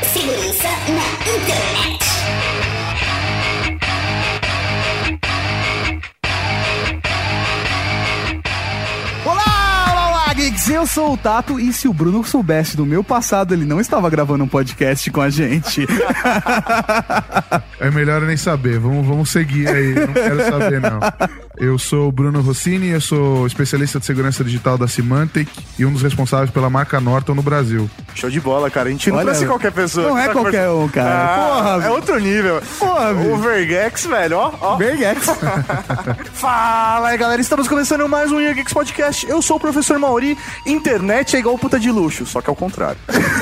segurança na internet. Eu sou o Tato e se o Bruno soubesse do meu passado, ele não estava gravando um podcast com a gente. É melhor eu nem saber, vamos seguir aí, não quero saber não. Eu sou o Bruno Rossini, eu sou especialista de segurança digital da Symantec e um dos responsáveis pela marca Norton no Brasil. Show de bola, cara. A gente não parece qualquer pessoa. Não é qualquer um, cara. Porra, é outro nível. Porra, o Vergex, velho, ó. Vergex. Fala aí, galera. Estamos começando mais um Geeks Podcast. Eu sou o professor Mauri. Internet é igual puta de luxo, só que ao contrário.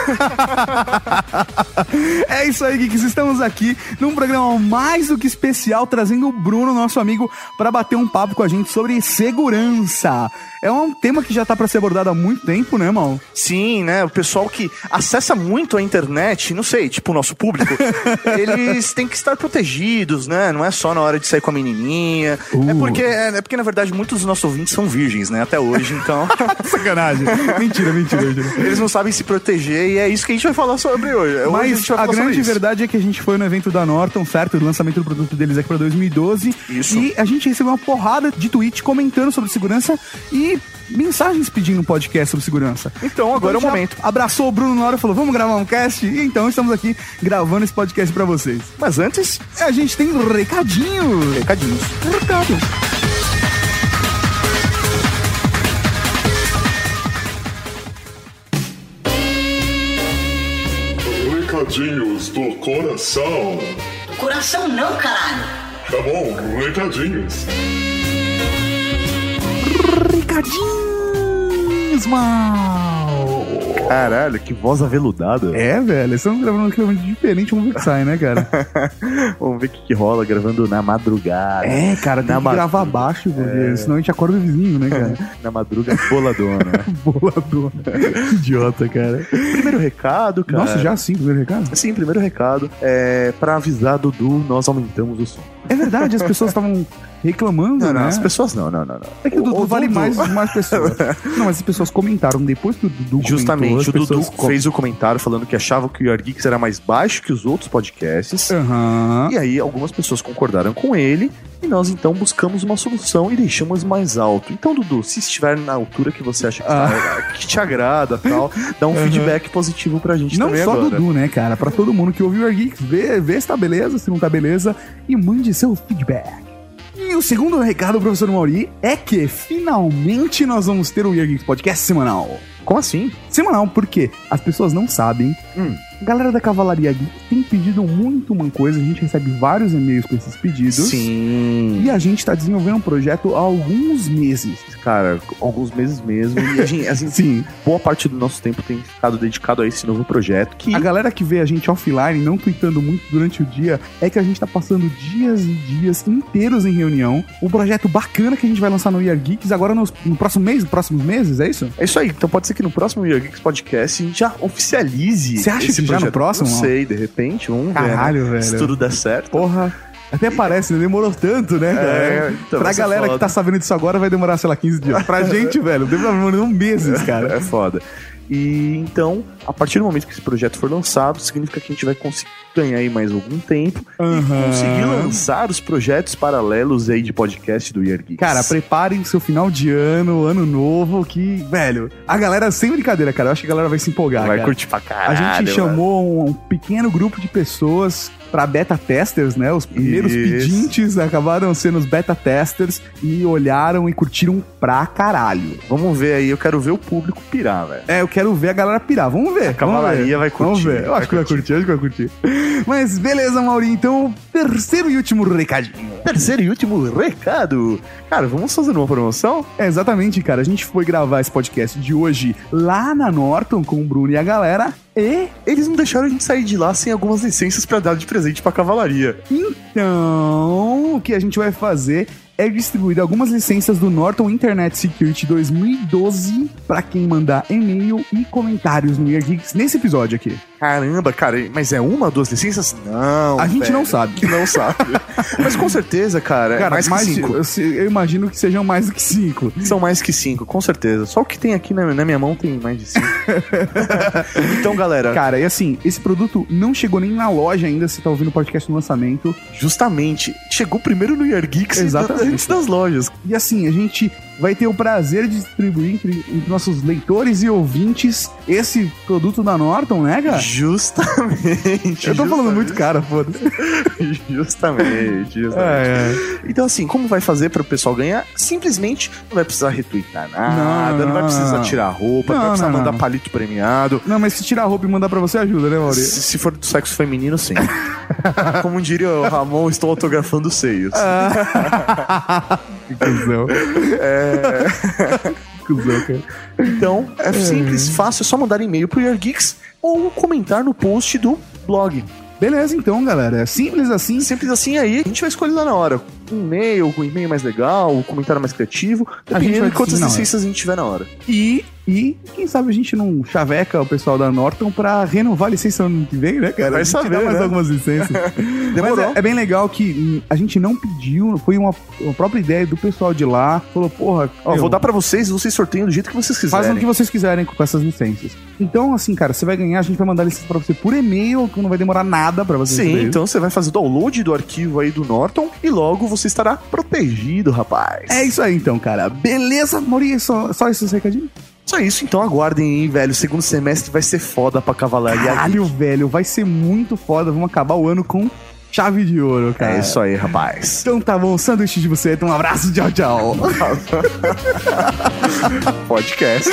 É isso aí, Geeks. Estamos aqui num programa mais do que especial, trazendo o Bruno, nosso amigo, para bater um papo com a gente sobre segurança. É um tema que já tá pra ser abordado há muito tempo, né, mal? Sim, né? O pessoal que acessa muito a internet, não sei, tipo o nosso público, eles têm que estar protegidos, né? Não é só na hora de sair com a menininha. É porque, na verdade, muitos dos nossos ouvintes são virgens, né? Até hoje, então... Sacanagem. Mentira. Eles não sabem se proteger e é isso que a gente vai falar sobre hoje. Mas a grande verdade é que a gente foi no evento da Norton, certo? O lançamento do produto deles aqui pra 2012. Isso. E a gente recebeu uma porrada de tweets comentando sobre segurança e mensagens pedindo um podcast sobre segurança. Então agora é o momento. Abraçou o Bruno na hora e falou, vamos gravar um cast? E então estamos aqui gravando esse podcast pra vocês. Mas antes, a gente tem recadinhos. Recadinhos. Recadinhos do coração. Coração não, caralho. Tá bom, recadinhos. Recadinhos, mal. Caralho, que voz aveludada. É, velho, estamos gravando um equipamento diferente, vamos ver o que sai, né, cara? Vamos ver o que rola gravando na madrugada. É, cara, tem que gravar baixo, porque senão a gente acorda o vizinho, né, cara? Na madruga boladona. Boladona. Que idiota, cara. Primeiro recado, cara. Nossa, já sim, primeiro recado? Sim, primeiro recado. Pra avisar Dudu, nós aumentamos o som. É verdade, as pessoas estavam reclamando, né? As pessoas não. É que o Dudu vale mais pessoas. Não, mas as pessoas comentaram depois que o Dudu Justamente, comentou, o Dudu fez o comentário falando que achava que o Your Geeks era mais baixo que os outros podcasts. Uhum. E aí algumas pessoas concordaram com ele e nós então buscamos uma solução e deixamos mais alto. Então, Dudu, se estiver na altura que você acha que te agrada, tal, dá um feedback positivo pra gente não também agora. Não só Dudu, né, cara? Pra todo mundo que ouve o Your Geeks, vê se tá beleza, se não tá beleza e mande seu feedback. E o segundo recado, professor Mauri, é que finalmente nós vamos ter o Your Geeks Podcast semanal. Como assim? Semanal, porque as pessoas não sabem. A galera da Cavalaria Geek tem pedido muito uma coisa, a gente recebe vários e-mails com esses pedidos. Sim. E a gente tá desenvolvendo um projeto há alguns meses. Cara, alguns meses mesmo. E a gente sim, boa parte do nosso tempo tem ficado dedicado a esse novo projeto. Que a galera que vê a gente offline, não tweetando muito durante o dia, é que a gente tá passando dias e dias inteiros em reunião. Um projeto bacana que a gente vai lançar no Your Geeks agora no próximo mês, nos próximos meses, é isso? É isso aí. Então pode ser que no próximo Your Geeks Podcast a gente já oficialize. Você acha que já no próximo? Não sei, de repente, vamos ver. Caralho, velho. Se tudo der certo. Porra. Até parece, né? Demorou tanto, né, cara? Então pra galera que tá sabendo disso agora vai demorar, sei lá, 15 dias. Pra gente, velho, demorou meses, cara. É foda. E então, a partir do momento que esse projeto for lançado, significa que a gente vai conseguir ganhar aí mais algum tempo e conseguir lançar os projetos paralelos aí de podcast do Your Geeks. Cara, preparem seu final de ano novo, que, velho, a galera, sem brincadeira, cara, eu acho que a galera vai se empolgar, vai curtir pra caralho. A gente chamou um pequeno grupo de pessoas pra beta testers, né? Os primeiros pedintes acabaram sendo os beta testers e olharam e curtiram pra caralho. Vamos ver aí, eu quero ver o público pirar, velho. Eu quero ver a galera pirar. Vamos ver. A cavalaria vai curtir. Vamos ver. Eu acho que vai curtir. Mas beleza, Maurinho. Então, terceiro e último recadinho. Terceiro e último recado. Cara, vamos fazer uma promoção? Exatamente, cara. A gente foi gravar esse podcast de hoje lá na Norton com o Bruno e a galera. E eles não deixaram a gente sair de lá sem algumas licenças pra dar de presente pra cavalaria. Então, o que a gente vai fazer é distribuir algumas licenças do Norton Internet Security 2012 pra quem mandar e-mail e comentários no Your Geeks nesse episódio aqui. Caramba, cara, mas é uma ou 2 licenças? Não, A gente velho, não sabe. Não sabe. Mas com certeza, cara, é mais que 5. Eu imagino que sejam mais do que 5. São mais que 5, com certeza. Só o que tem aqui na minha mão tem mais de 5. Então, galera... Cara, e assim, esse produto não chegou nem na loja ainda, se tá ouvindo o podcast no lançamento. Justamente. Chegou primeiro no Year Geeks antes das lojas. E assim, a gente vai ter o prazer de distribuir entre nossos leitores e ouvintes esse produto da Norton, né, cara? Justamente. Eu tô falando muito cara, foda-se. Justamente. Então, assim, como vai fazer para o pessoal ganhar? Simplesmente não vai precisar retweetar nada, não vai precisar tirar roupa, não vai precisar mandar palito premiado. Não, mas se tirar roupa e mandar pra você ajuda, né, Maurício? Se for do sexo feminino, sim. Como diria o Ramon, estou autografando seios. Que cuzão. Cuzão, cara. Então, é simples, fácil, é só mandar e-mail pro Year Geeks ou comentar no post do blog. Beleza, então, galera. É simples assim. Simples assim, aí a gente vai escolher lá na hora. Um e-mail, com um e-mail mais legal, um comentário mais criativo, dependendo de quantas licenças a gente tiver na hora. E quem sabe a gente não chaveca o pessoal da Norton pra renovar a licença ano que vem, né, cara? Vai saber, tirar mais né? algumas licenças. Demorou. Mas é bem legal que a gente não pediu, foi uma própria ideia do pessoal de lá. Falou, porra... vou dar pra vocês sorteiam do jeito que vocês quiserem. Fazem o que vocês quiserem com essas licenças. Então, assim, cara, você vai ganhar, a gente vai mandar a licença pra você por e-mail, que não vai demorar nada pra você. Sim, então você vai fazer o download do arquivo aí do Norton e logo você estará protegido, rapaz. É isso aí, então, cara. Beleza, Maurício? Só esses recadinhos? Só isso, então aguardem aí, velho. O segundo semestre vai ser foda pra Cavalaria. Caralho, velho, vai ser muito foda. Vamos acabar o ano com chave de ouro, cara. É isso aí, rapaz. Então tá bom, sanduíche de buceta, um abraço, tchau, tchau. Podcast.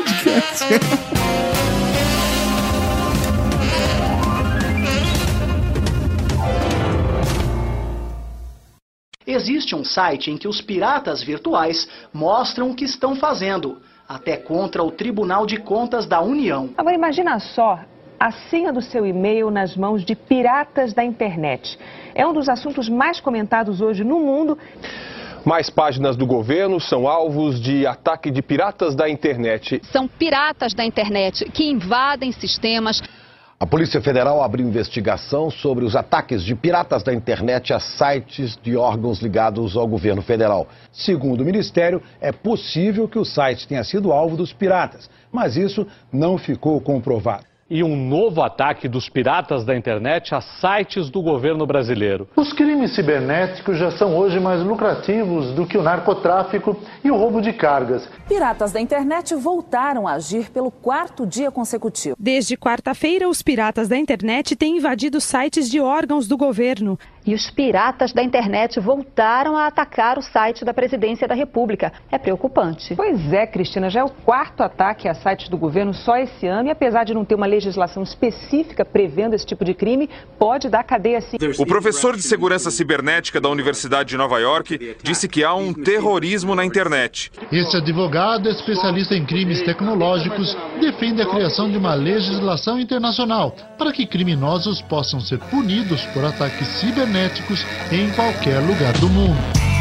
Existe um site em que os piratas virtuais mostram o que estão fazendo, até contra o Tribunal de Contas da União. Agora imagina só a senha do seu e-mail nas mãos de piratas da internet. É um dos assuntos mais comentados hoje no mundo. Mais páginas do governo são alvos de ataque de piratas da internet. São piratas da internet que invadem sistemas. A Polícia Federal abriu investigação sobre os ataques de piratas da internet a sites de órgãos ligados ao governo federal. Segundo o Ministério, é possível que o site tenha sido alvo dos piratas, mas isso não ficou comprovado. E um novo ataque dos piratas da internet a sites do governo brasileiro. Os crimes cibernéticos já são hoje mais lucrativos do que o narcotráfico e o roubo de cargas. Piratas da internet voltaram a agir pelo 4º dia consecutivo. Desde quarta-feira, os piratas da internet têm invadido sites de órgãos do governo. E os piratas da internet voltaram a atacar o site da Presidência da República. É preocupante. Pois é, Cristina, já é o 4º ataque a sites do governo só esse ano e apesar de não ter uma legislação específica prevendo esse tipo de crime, pode dar cadeia sim. O professor de segurança cibernética da Universidade de Nova York disse que há um terrorismo na internet. Esse advogado, especialista em crimes tecnológicos, defende a criação de uma legislação internacional para que criminosos possam ser punidos por ataques cibernéticos em qualquer lugar do mundo.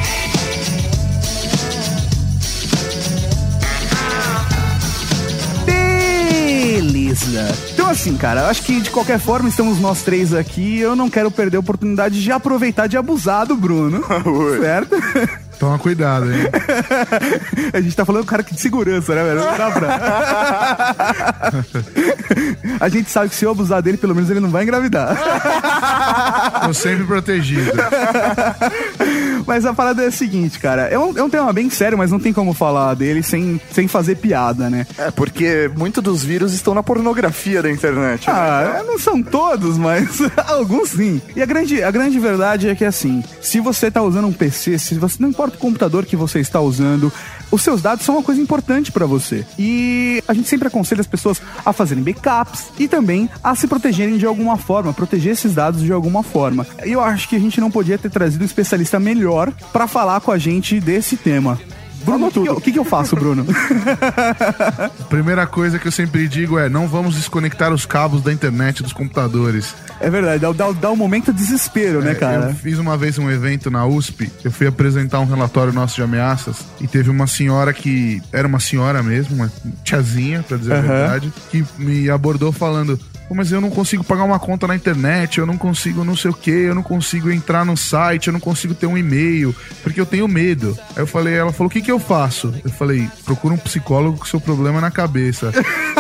Beleza. Então assim, cara, eu acho que de qualquer forma estamos nós três aqui. Eu não quero perder a oportunidade de aproveitar de abusar do Bruno. Certo? Toma cuidado, hein? A gente tá falando do cara de segurança, né, velho? Não dá pra... A gente sabe que se eu abusar dele, pelo menos ele não vai engravidar. Tô sempre protegido. Mas a parada é a seguinte, cara. É um tema bem sério, mas não tem como falar dele sem fazer piada, né? É, porque muitos dos vírus estão na pornografia da internet. Né? Não são todos, mas alguns sim. E a grande verdade é que, assim, se você tá usando um PC, se você não importa o computador que você está usando, os seus dados são uma coisa importante pra você. E a gente sempre aconselha as pessoas a fazerem backups e também a se protegerem de alguma forma, proteger esses dados de alguma forma. E eu acho que a gente não podia ter trazido um especialista melhor pra falar com a gente desse tema. Bruno, o que eu faço, Bruno? Primeira coisa que eu sempre digo é: não vamos desconectar os cabos da internet dos computadores. É verdade, dá um momento de desespero, né, cara? Eu fiz uma vez um evento na USP, eu fui apresentar um relatório nosso de ameaças e teve uma senhora que era uma senhora mesmo, uma tiazinha, pra dizer a verdade, que me abordou falando: mas eu não consigo pagar uma conta na internet, eu não consigo não sei o que, eu não consigo entrar no site, eu não consigo ter um e-mail, porque eu tenho medo. Aí ela falou, o que eu faço? Eu falei, procura um psicólogo com seu problema na cabeça.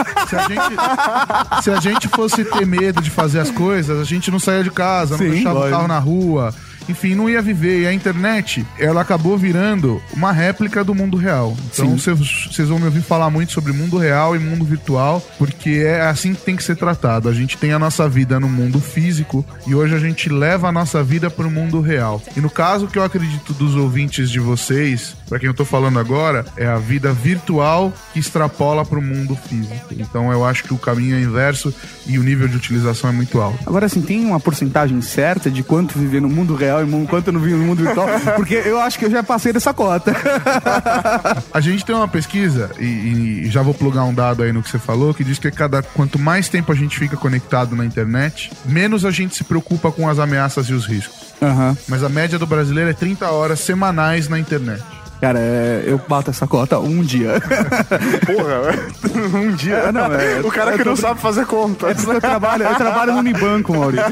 Se a gente fosse ter medo de fazer as coisas, a gente não saía de casa, não deixava o carro na rua, enfim, não ia viver. E a internet, ela acabou virando uma réplica do mundo real. Então vocês vão me ouvir falar muito sobre mundo real e mundo virtual, porque é assim que tem que ser tratado. A gente tem a nossa vida no mundo físico e hoje a gente leva a nossa vida para o mundo real. E no caso que eu acredito dos ouvintes de vocês, para quem eu tô falando agora, é a vida virtual que extrapola para o mundo físico. Então eu acho que o caminho é inverso e o nível de utilização é muito alto. Agora, assim, tem uma porcentagem certa de quanto viver no mundo real e quanto não vive no mundo virtual? Porque eu acho que eu já passei dessa cota. A gente tem uma pesquisa, e já vou plugar um dado aí no que você falou, que diz que quanto mais tempo a gente fica conectado na internet, menos a gente se preocupa com as ameaças e os riscos. Mas a média do brasileiro é 30 horas semanais na internet. Cara, eu bato essa cota um dia. Porra, um dia? Não, o cara que não sabe fazer conta. É porque eu trabalho no Unibanco, Maurício.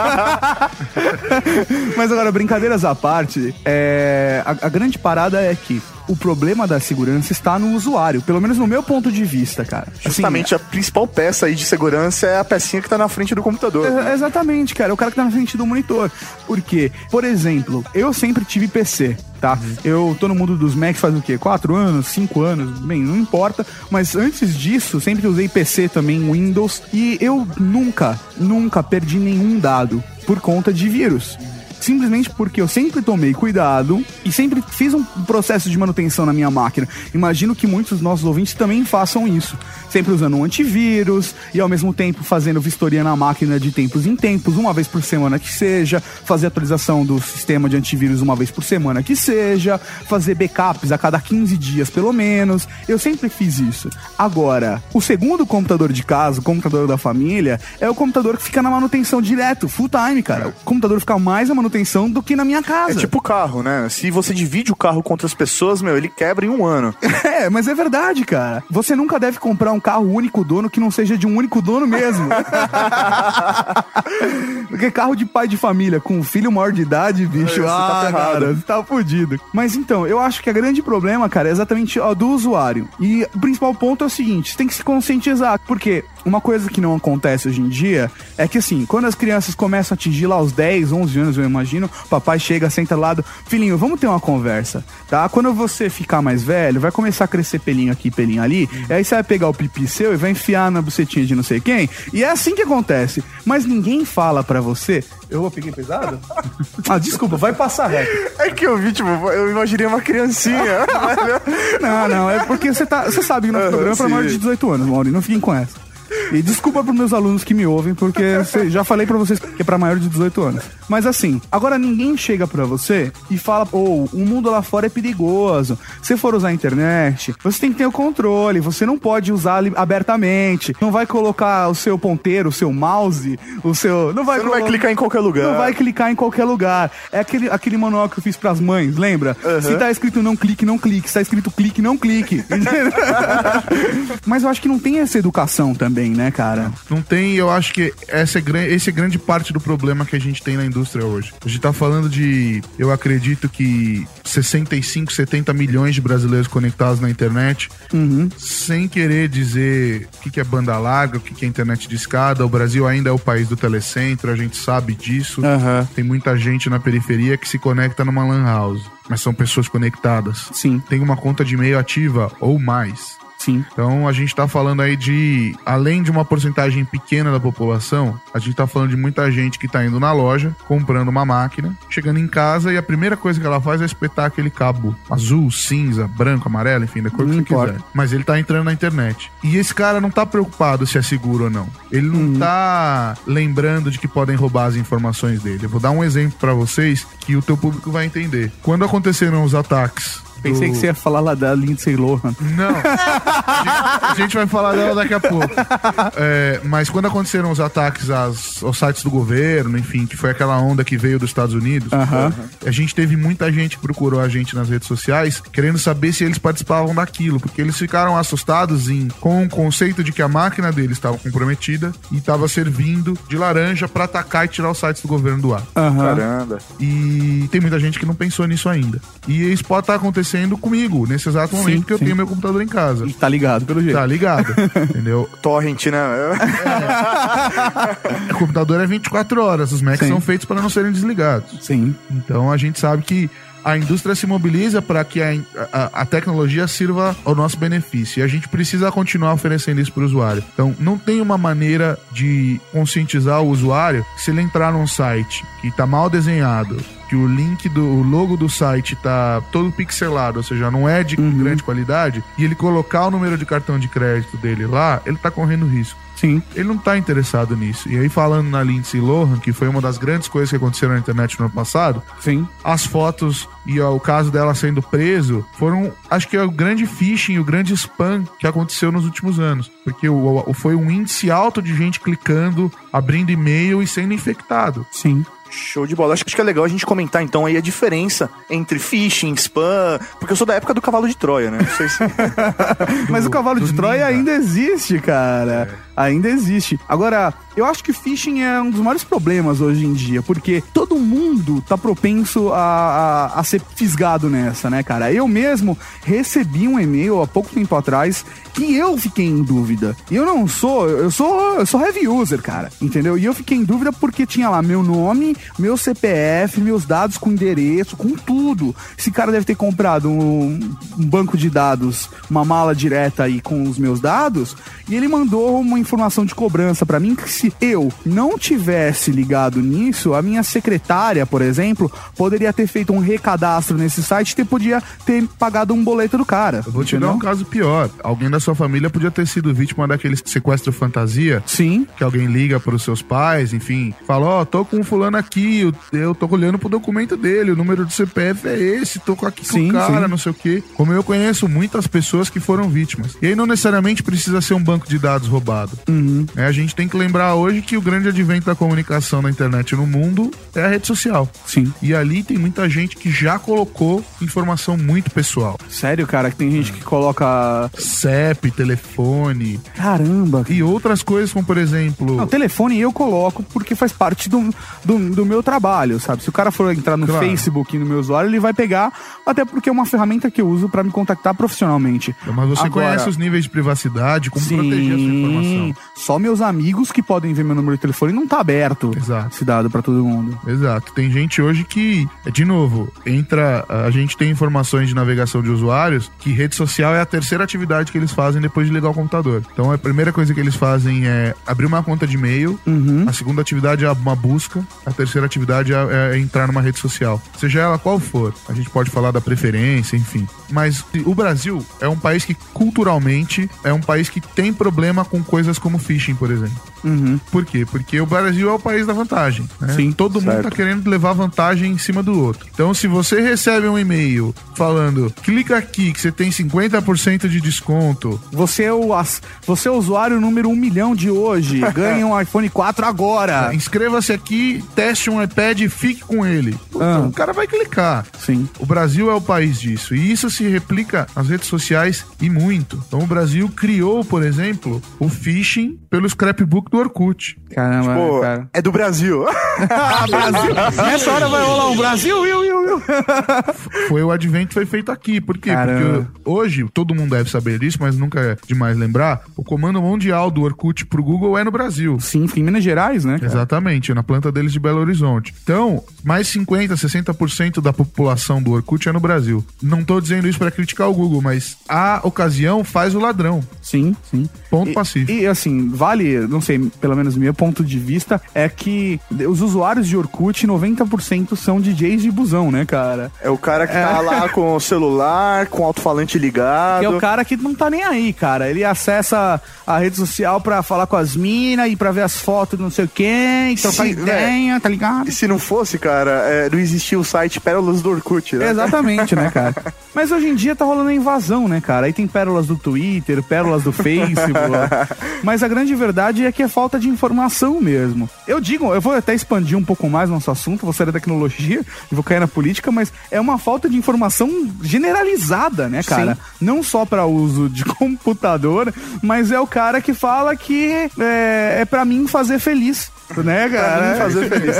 Mas agora, brincadeiras à parte, a grande parada é que o problema da segurança está no usuário, pelo menos no meu ponto de vista, cara. Justamente, assim, a principal peça aí de segurança é a pecinha que tá na frente do computador. Exatamente, cara, é o cara que tá na frente do monitor. Porque, por exemplo, eu sempre tive PC, tá? Eu tô no mundo dos Macs faz o quê? 4 anos, 5 anos? Bem, não importa. Mas antes disso, sempre usei PC também, Windows, e eu nunca perdi nenhum dado por conta de vírus. Simplesmente porque eu sempre tomei cuidado e sempre fiz um processo de manutenção na minha máquina. Imagino que muitos dos nossos ouvintes também façam isso. Sempre usando um antivírus e ao mesmo tempo fazendo vistoria na máquina de tempos em tempos, uma vez por semana que seja, fazer atualização do sistema de antivírus uma vez por semana que seja, fazer backups a cada 15 dias pelo menos. Eu sempre fiz isso. Agora, o segundo computador de casa, o computador da família, é o computador que fica na manutenção direto, full time, cara. O computador fica mais a manutenção do que na minha casa. É tipo carro, né? Se você divide o carro com outras pessoas, ele quebra em 1 ano. Mas é verdade, cara. Você nunca deve comprar um carro único dono que não seja de um único dono mesmo. Porque carro de pai de família com um filho maior de idade, bicho, tá ferrado. Cara, você tá fudido. Mas então, eu acho que o grande problema, cara, é exatamente do usuário. E o principal ponto é o seguinte, você tem que se conscientizar, porque uma coisa que não acontece hoje em dia é que, assim, quando as crianças começam a atingir lá os 10, 11 anos, eu imagino, o papai chega, senta do lado, filhinho, vamos ter uma conversa, tá? Quando você ficar mais velho, vai começar a crescer pelinho aqui, pelinho ali, e aí você vai pegar o pipi seu e vai enfiar na bucetinha de não sei quem, e é assim que acontece. Mas ninguém fala pra você... Eu peguei pesado? Desculpa, vai passar reto. É que eu vi, eu imaginei uma criancinha. Não, é porque você sabe que no programa é pra maior de 18 anos, Maurício, não fiquem com essa. E desculpa pros meus alunos que me ouvem, porque já falei pra vocês que é pra maior de 18 anos. Mas assim, agora ninguém chega pra você e fala, o mundo lá fora é perigoso. Se for usar a internet, você tem que ter o controle, você não pode usar abertamente. Não vai colocar o seu ponteiro, o seu mouse, você não vai clicar em qualquer lugar. Não vai clicar em qualquer lugar. É aquele manual que eu fiz pras mães, lembra? Se tá escrito não clique, não clique. Se tá escrito clique, não clique. Mas eu acho que não tem essa educação também, né, cara? Não tem, eu acho que esse é grande parte do problema que a gente tem na indústria hoje. A gente tá falando eu acredito que 65, 70 milhões de brasileiros conectados na internet, sem querer dizer o que é banda larga, o que é internet de escada. O Brasil ainda é o país do telecentro, a gente sabe disso. Tem muita gente na periferia que se conecta numa lan house, mas são pessoas conectadas. Sim. Tem uma conta de e-mail ativa ou mais. Sim. Então a gente tá falando aí além de uma porcentagem pequena da população, a gente tá falando de muita gente que tá indo na loja, comprando uma máquina, chegando em casa e a primeira coisa que ela faz é espetar aquele cabo azul, cinza, branco, amarelo, enfim, da cor que você quiser. Mas ele tá entrando na internet. E esse cara não tá preocupado se é seguro ou não. Ele não tá lembrando de que podem roubar as informações dele. Eu vou dar um exemplo pra vocês que o teu público vai entender. Quando aconteceram os ataques Pensei que você ia falar lá da Lindsay Lohan. Não. A gente vai falar dela daqui a pouco. Mas quando aconteceram os ataques aos sites do governo, enfim, que foi aquela onda que veio dos Estados Unidos, a gente teve muita gente que procurou a gente nas redes sociais querendo saber se eles participavam daquilo, porque eles ficaram assustados com o conceito de que a máquina deles estava comprometida e estava servindo de laranja para atacar e tirar os sites do governo do ar. Caramba. E tem muita gente que não pensou nisso ainda. E isso pode estar acontecendo comigo, nesse exato momento que eu tenho meu computador em casa. E tá ligado, pelo jeito. Tá ligado, entendeu? Torrent, né? O computador é 24 horas, os Macs são feitos para não serem desligados. Sim. Então a gente sabe que a indústria se mobiliza para que a tecnologia sirva ao nosso benefício. E a gente precisa continuar oferecendo isso para o usuário. Então, não tem uma maneira de conscientizar o usuário se ele entrar num site que está mal desenhado, que o logo do site tá todo pixelado, ou seja, não é de grande qualidade, e ele colocar o número de cartão de crédito dele lá, ele tá correndo risco. Sim. Ele não tá interessado nisso. E aí, falando na Lindsay Lohan, que foi uma das grandes coisas que aconteceram na internet no ano passado, as fotos e o caso dela sendo preso foram, acho que, o grande phishing, o grande spam que aconteceu nos últimos anos. Porque foi um índice alto de gente clicando, abrindo e-mail e sendo infectado. Sim. Show de bola. Acho que é legal a gente comentar então aí a diferença entre phishing, spam, porque eu sou da época do cavalo de Troia, né? Não sei se... Mas o cavalo de Troia ainda existe, cara. Ainda existe. Agora, eu acho que phishing é um dos maiores problemas hoje em dia, porque todo mundo tá propenso a ser fisgado nessa, né, cara? Eu mesmo recebi um e-mail há pouco tempo atrás que eu fiquei em dúvida. E eu sou heavy user, cara, entendeu? E eu fiquei em dúvida porque tinha lá meu nome, meu CPF, meus dados com endereço, com tudo. Esse cara deve ter comprado um banco de dados, uma mala direta aí com os meus dados, e ele mandou uma informação de cobrança pra mim que se eu não tivesse ligado nisso, a minha secretária, por exemplo, poderia ter feito um recadastro nesse site e podia ter pagado um boleto do cara. Eu vou te dar um caso pior. Alguém da sua família podia ter sido vítima daquele sequestro fantasia. Sim. Que alguém liga pros seus pais, enfim, fala, tô com um fulano aqui, eu tô olhando pro documento dele, o número do CPF é esse, tô aqui com o cara, não sei o quê. Como eu conheço muitas pessoas que foram vítimas. E aí não necessariamente precisa ser um banco de dados roubado. A gente tem que lembrar hoje que o grande advento da comunicação na internet no mundo é a rede social. Sim. E ali tem muita gente que já colocou informação muito pessoal. Sério, cara? Que tem gente que coloca CEP, telefone. Caramba. E outras coisas, como por exemplo... Não, telefone eu coloco porque faz parte do meu trabalho, sabe? Se o cara for entrar no Facebook, no meu usuário, ele vai pegar, até porque é uma ferramenta que eu uso pra me contactar profissionalmente. Mas você conhece os níveis de privacidade, como proteger a sua informação. Só meus amigos que podem ver meu número de telefone não tá aberto. Exato. Esse dado pra todo mundo. Exato. Tem gente hoje que, de novo, a gente tem informações de navegação de usuários que rede social é a terceira atividade que eles fazem depois de ligar o computador. Então a primeira coisa que eles fazem é abrir uma conta de e-mail, a segunda atividade é uma busca, a terceira atividade é entrar numa rede social. Seja ela qual for. A gente pode falar da preferência, enfim. Mas o Brasil é um país que culturalmente é um país que tem problema com coisas como phishing, por exemplo. Por quê? Porque o Brasil é o país da vantagem, né? Sim, todo mundo tá querendo levar vantagem em cima do outro. Então, se você recebe um e-mail falando, clica aqui que você tem 50% de desconto. Você é o usuário número 1 milhão de hoje. Ganhe um iPhone 4 agora. Inscreva-se aqui, teste um iPad e fique com ele. Então, o cara vai clicar. Sim. O Brasil é o país disso. E isso se replica nas redes sociais e muito. Então, o Brasil criou, por exemplo, o phishing pelo scrapbook do Orkut. Caramba, tipo, cara. É do Brasil. Brasil. Nessa hora vai rolar um Brasil. Foi o advento, foi feito aqui. Por quê? Porque hoje, todo mundo deve saber disso, mas nunca é demais lembrar, o comando mundial do Orkut pro Google é no Brasil. Sim, em Minas Gerais, né, cara? Exatamente, na planta deles de Belo Horizonte. Então, mais 50%, 60% da população do Orkut é no Brasil. Não tô dizendo isso pra criticar o Google, mas a ocasião faz o ladrão. Sim. Ponto pacífico. E assim, vale, não sei, pelo menos meu ponto de vista, é que os usuários de Orkut, 90% são DJs de busão, né, cara? É o cara que tá lá com o celular, com o alto-falante ligado. Que é o cara que não tá nem aí, cara. Ele acessa a rede social pra falar com as minas e pra ver as fotos do não sei quem, trocar ideia, tá ligado? E se não fosse, cara, não existia o site Pérolas do Orkut, né? Exatamente. Exatamente, né, cara? Mas hoje em dia tá rolando a invasão, né, cara? Aí tem pérolas do Twitter, pérolas do Facebook. Mas a grande verdade é que é falta de informação mesmo. Eu vou até expandir um pouco mais nosso assunto, vou sair da tecnologia e vou cair na política, mas é uma falta de informação generalizada, né, cara? Sim. Não só para uso de computador, mas é o cara que fala que é pra mim fazer feliz. Né, cara? Pra mim fazer feliz.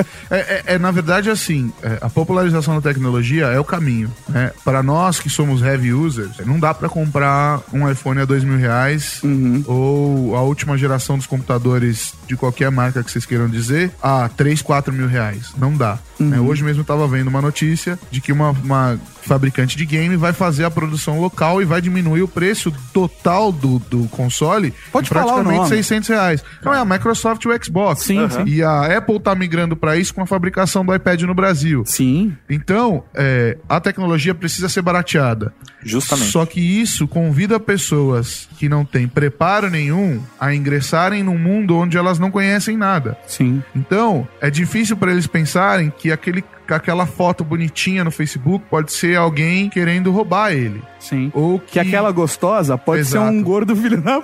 Na verdade, assim, a popularização da tecnologia é o caminho, né? Para nós que somos heavy users, não dá pra comprar um iPhone a R$2.000 ou a última geração dos computadores de qualquer marca que vocês queiram dizer a R$3.000, R$4.000. Não dá. Né? Hoje mesmo eu tava vendo uma notícia de que uma fabricante de game vai fazer a produção local e vai diminuir o preço total do console em praticamente R$600. Então é a Microsoft e o Xbox. Sim, sim. E a Apple tá migrando para isso com a fabricação do iPad no Brasil. Sim. Então, a tecnologia precisa ser barateada. Justamente. Só que isso convida pessoas que não têm preparo nenhum a ingressarem num mundo onde elas não conhecem nada. Sim. Então, é difícil para eles pensarem que aquela foto bonitinha no Facebook pode ser alguém querendo roubar ele. Sim. Ou que aquela gostosa pode ser um gordo filho da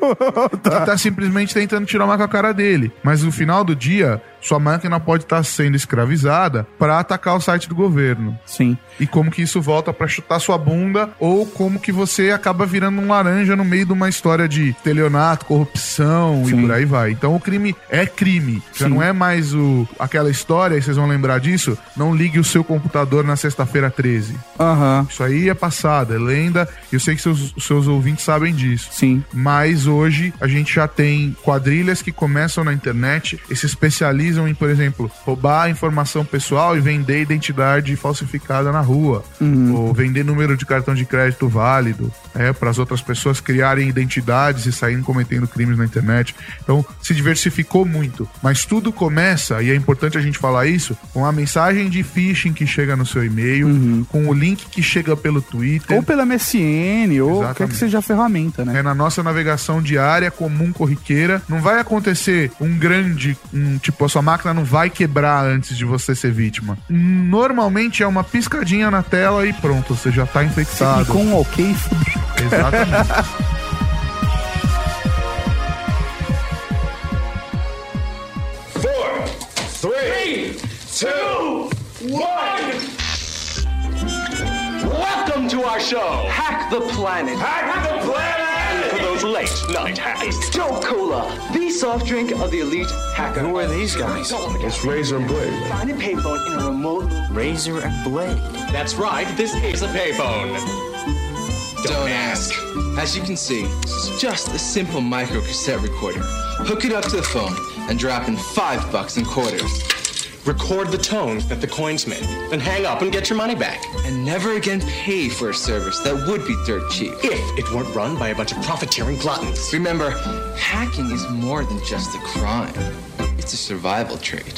puta. Que tá simplesmente tentando tirar uma com a cara dele. Mas no final do dia, sua máquina pode estar sendo escravizada para atacar o site do governo. Sim. E como que isso volta para chutar sua bunda, ou como que você acaba virando um laranja no meio de uma história de estelionato, corrupção e por aí vai. Então o crime é crime. Já não é mais aquela história, e vocês vão lembrar disso, não ligue o seu computador na sexta-feira 13. Isso aí é passado, é lenda. Eu sei que seus ouvintes sabem disso. Sim. Mas hoje a gente já tem quadrilhas que começam na internet e se especializam em, por exemplo, roubar informação pessoal e vender identidade falsificada na rua. Ou vender número de cartão de crédito válido para as outras pessoas criarem identidades e saírem cometendo crimes na internet. Então se diversificou muito. Mas tudo começa, e é importante a gente falar isso, com a mensagem de phishing que chega no seu e-mail, com o link que chega pelo Twitter. Ou pela MSN, ou quer que seja a ferramenta, né? É na nossa navegação diária, comum, corriqueira. Não vai acontecer tipo, a sua máquina não vai quebrar antes de você ser vítima. Normalmente é uma piscadinha na tela e pronto, você já tá infectado. E com um ok. Exatamente. Four, three, two, one. Welcome to our show, Hack the Planet. Hack the Planet! And for those late night hackers, Joe Cola, the soft drink of the elite hacker. Who are these guys? It's Razor and Blade. Find a payphone in a remote Razor and Blade. That's right, this is a payphone. Don't ask. As you can see, it's just a simple micro cassette recorder. Hook it up to the phone and drop in $5 in quarters. Record the tones that the coins make, then hang up and get your money back. And never again pay for a service that would be dirt cheap. If it weren't run by a bunch of profiteering gluttons. Remember, hacking is more than just a crime. It's a survival trait.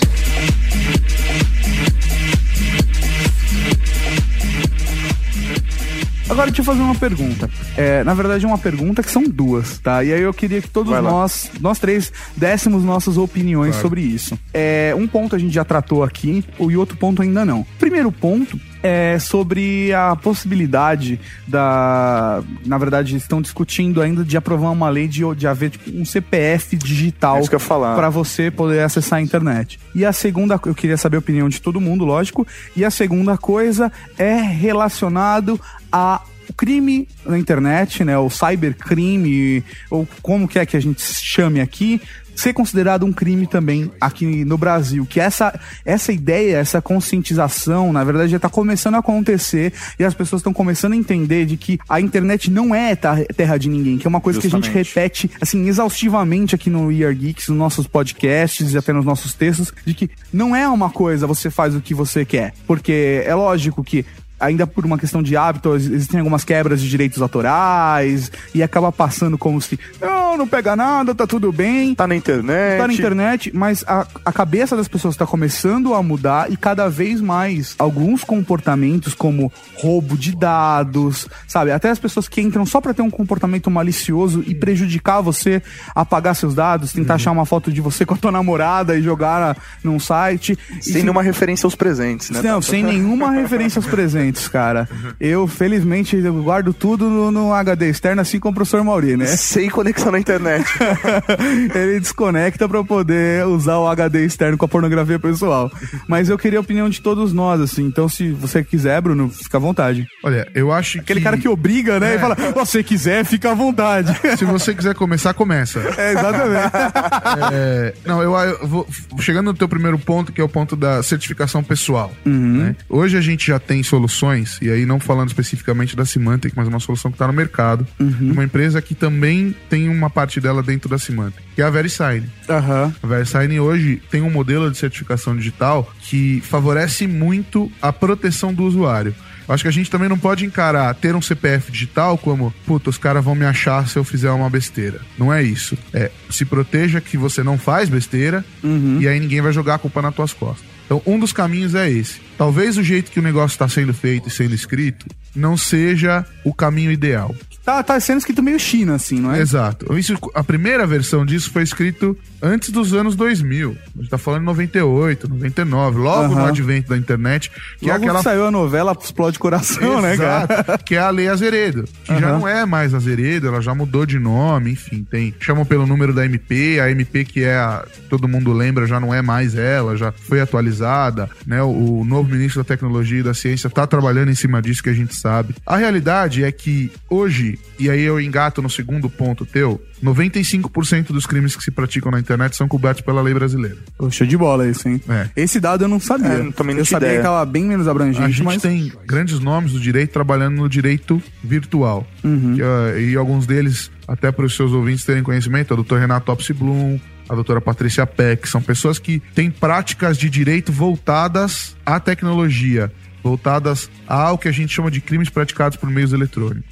Agora deixa eu fazer uma pergunta. Na verdade é uma pergunta que são duas, tá? E aí eu queria que todos nós três dessemos nossas opiniões sobre isso. Um ponto a gente já tratou aqui, e outro ponto ainda não. Primeiro ponto é sobre a possibilidade na verdade estão discutindo ainda de aprovar uma lei de haver tipo, um CPF digital para você poder acessar a internet. E a segunda, eu queria saber a opinião de todo mundo, lógico. E a segunda coisa é relacionado a o crime na internet, né, o cybercrime, ou como que é que a gente chame aqui, ser considerado um crime também aqui no Brasil, que essa ideia, essa conscientização, na verdade já está começando a acontecer e as pessoas estão começando a entender de que a internet não é terra de ninguém, que é uma coisa que a gente repete assim exaustivamente aqui no We Are Geeks, nos nossos podcasts e até nos nossos textos, de que não é uma coisa você faz o que você quer, porque é lógico que ainda por uma questão de hábito, existem algumas quebras de direitos autorais e acaba passando como se não pega nada, tá tudo bem. Tá na internet, mas a cabeça das pessoas tá começando a mudar e cada vez mais alguns comportamentos como roubo de dados, sabe? Até as pessoas que entram só pra ter um comportamento malicioso e prejudicar você, apagar seus dados, tentar achar uma foto de você com a tua namorada e jogar num site. Sem nenhuma referência aos presentes, né? Não, sem nenhuma referência aos presentes. documentos, cara. Eu, felizmente, guardo tudo no HD externo, assim como o professor Mauri, né? Sem conexão na internet. Ele desconecta pra poder usar o HD externo com a pornografia pessoal. Mas eu queria a opinião de todos nós, assim. Então, se você quiser, Bruno, fica à vontade. Olha, eu acho Aquele cara que obriga, né? E fala, se você quiser, fica à vontade. Se você quiser começar, começa. Exatamente. Não, eu vou chegando no teu primeiro ponto, que é o ponto da certificação pessoal. Né? Hoje a gente já tem soluções, e aí não falando especificamente da Symantec, mas uma solução que está no mercado, de uma empresa que também tem uma parte dela dentro da Symantec, que é a VeriSign. A VeriSign hoje tem um modelo de certificação digital que favorece muito a proteção do usuário. Eu acho que a gente também não pode encarar ter um CPF digital como, puta, os caras vão me achar se eu fizer uma besteira. Não é isso. Se proteja que você não faz besteira e aí ninguém vai jogar a culpa nas tuas costas. Então, um dos caminhos é esse. Talvez o jeito que o negócio está sendo feito e sendo escrito não seja o caminho ideal. Tá sendo escrito meio China, assim, não é? Exato. A primeira versão disso foi escrito antes dos anos 2000. A gente tá falando em 98, 99, logo no advento da internet. Que logo é aquela... que saiu a novela Explode Coração, né, cara? Que é a Lei Azeredo. Que já não é mais Azeredo, ela já mudou de nome, enfim. Chamam pelo número da MP, a MP que todo mundo lembra, já não é mais ela, já foi atualizada, né? O novo ministro da Tecnologia e da Ciência tá trabalhando em cima disso, que a gente sabe. A realidade é que hoje, e aí eu engato no segundo ponto teu, 95% dos crimes que se praticam na internet são cobertos pela lei brasileira. Show de bola isso, hein? Esse dado eu não sabia. Eu sabia que estava bem menos abrangente. A gente tem grandes nomes do direito trabalhando no direito virtual. E alguns deles, até para os seus ouvintes terem conhecimento, o Dr. Renato Topsy-Blum, a doutora Patrícia Peck, são pessoas que têm práticas de direito voltadas à tecnologia, voltadas ao que a gente chama de crimes praticados por meios eletrônicos.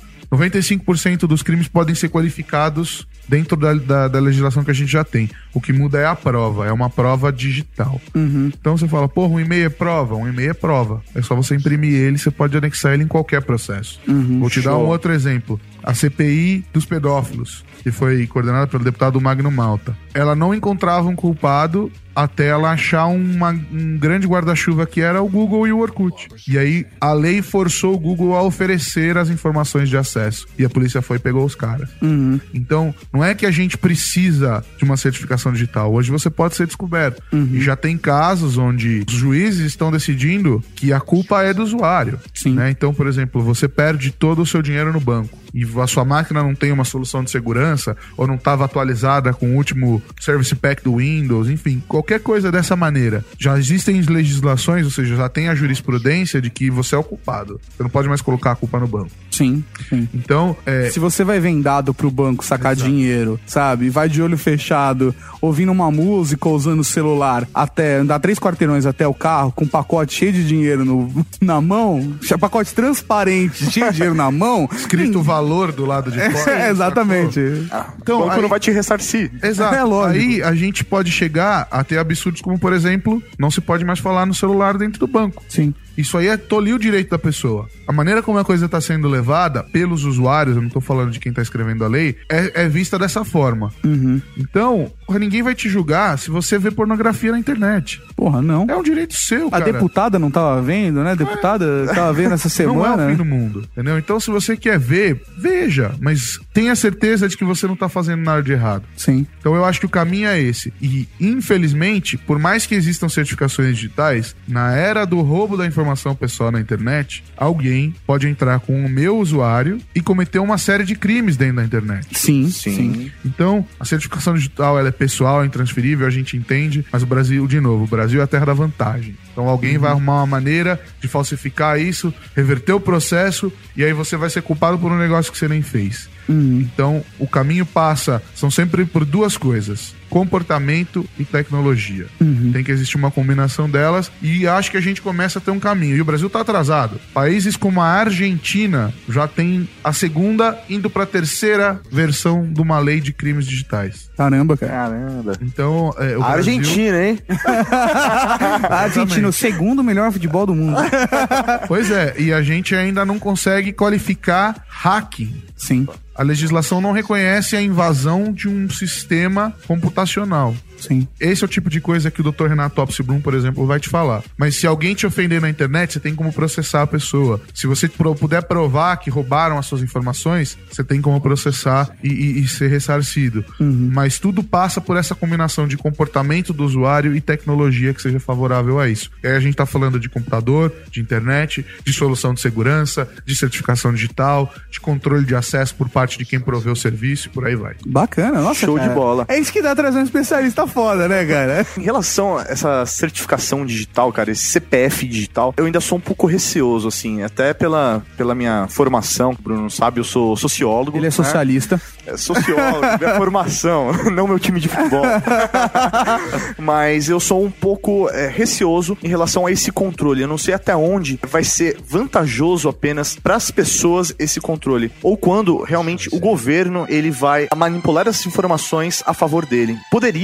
95% dos crimes podem ser qualificados dentro da legislação que a gente já tem. O que muda é a prova, é uma prova digital. Então você fala, porra, um e-mail é prova? Um e-mail é prova. É só você imprimir ele, você pode anexar ele em qualquer processo. Vou te dar um outro exemplo. A CPI dos pedófilos, que foi coordenada pelo deputado Magno Malta. Ela não encontrava um culpado até ela achar um grande guarda-chuva que era o Google e o Orkut. E aí a lei forçou o Google a oferecer as informações de acesso. E a polícia foi e pegou os caras. Então, não é que a gente precisa de uma certificação digital. Hoje você pode ser descoberto. E já tem casos onde os juízes estão decidindo que a culpa é do usuário. Né? Então, por exemplo, você perde todo o seu dinheiro no banco e a sua máquina não tem uma solução de segurança ou não estava atualizada com o último Service Pack do Windows, enfim, qualquer coisa dessa maneira. Já existem legislações, ou seja, já tem a jurisprudência de que você é o culpado. Você não pode mais colocar a culpa no banco. Sim. Então, se você vai vendado pro banco sacar dinheiro, sabe, vai de olho fechado, ouvindo uma música ou usando o celular, até andar 3 quarteirões até o carro, com um pacote cheio de dinheiro na mão, pacote transparente, cheio de dinheiro na mão, escrito o valor do lado de fora. Exatamente. Então, o banco não vai te ressarcir. Exato. É lógico. Aí a gente pode chegar a ter absurdos como, por exemplo, não se pode mais falar no celular dentro do banco. Sim. Isso aí é tolir o direito da pessoa. A maneira como a coisa está sendo levada pelos usuários, eu não estou falando de quem está escrevendo a lei, é vista dessa forma. Então, ninguém vai te julgar se você vê pornografia na internet. Porra, não. É um direito seu, cara. A deputada não tava vendo, né? A deputada tava vendo essa semana. Não é o fim do mundo, entendeu? Então, se você quer ver, veja, mas tenha certeza de que você não tá fazendo nada de errado. Sim. Então, eu acho que o caminho é esse. E, infelizmente, por mais que existam certificações digitais, na era do roubo da informação pessoal na internet, alguém pode entrar com o meu usuário e cometer uma série de crimes dentro da internet. Sim. Então, a certificação digital, ela é pessoal, é intransferível, a gente entende, mas o Brasil é a terra da vantagem. Então alguém vai arrumar uma maneira de falsificar isso, reverter o processo, e aí você vai ser culpado por um negócio que você nem fez. Então, o caminho são sempre por duas coisas: comportamento e tecnologia. Tem que existir uma combinação delas, e acho que a gente começa a ter um caminho. E o Brasil está atrasado. Países como a Argentina já tem a segunda, indo para a terceira versão de uma lei de crimes digitais. Caramba, cara. Caramba. Então, o Brasil... Argentina, hein? A Argentina, o segundo melhor futebol do mundo. Pois é, e a gente ainda não consegue qualificar hacking. Sim. A legislação não reconhece a invasão de um sistema computacional. Sim. Esse é o tipo de coisa que o Dr. Renato Topsy Brum, por exemplo, vai te falar. Mas se alguém te ofender na internet, você tem como processar a pessoa. Se você puder provar que roubaram as suas informações, você tem como processar e ser ressarcido. Mas tudo passa por essa combinação de comportamento do usuário e tecnologia que seja favorável a isso. E aí a gente tá falando de computador, de internet, de solução de segurança, de certificação digital, de controle de acesso por parte de quem provê o serviço e por aí vai. Bacana, nossa, Show cara. de bola. É isso que dá trazer um especialista foda, né, cara? Em relação a essa certificação digital, cara, esse CPF digital, eu ainda sou um pouco receoso, assim, até pela minha formação, o Bruno sabe, eu sou sociólogo. Ele é socialista. É sociólogo, minha formação, não meu time de futebol. Mas eu sou um pouco receoso em relação a esse controle. Eu não sei até onde vai ser vantajoso apenas para as pessoas esse controle. Ou quando realmente o governo ele vai manipular essas informações a favor dele.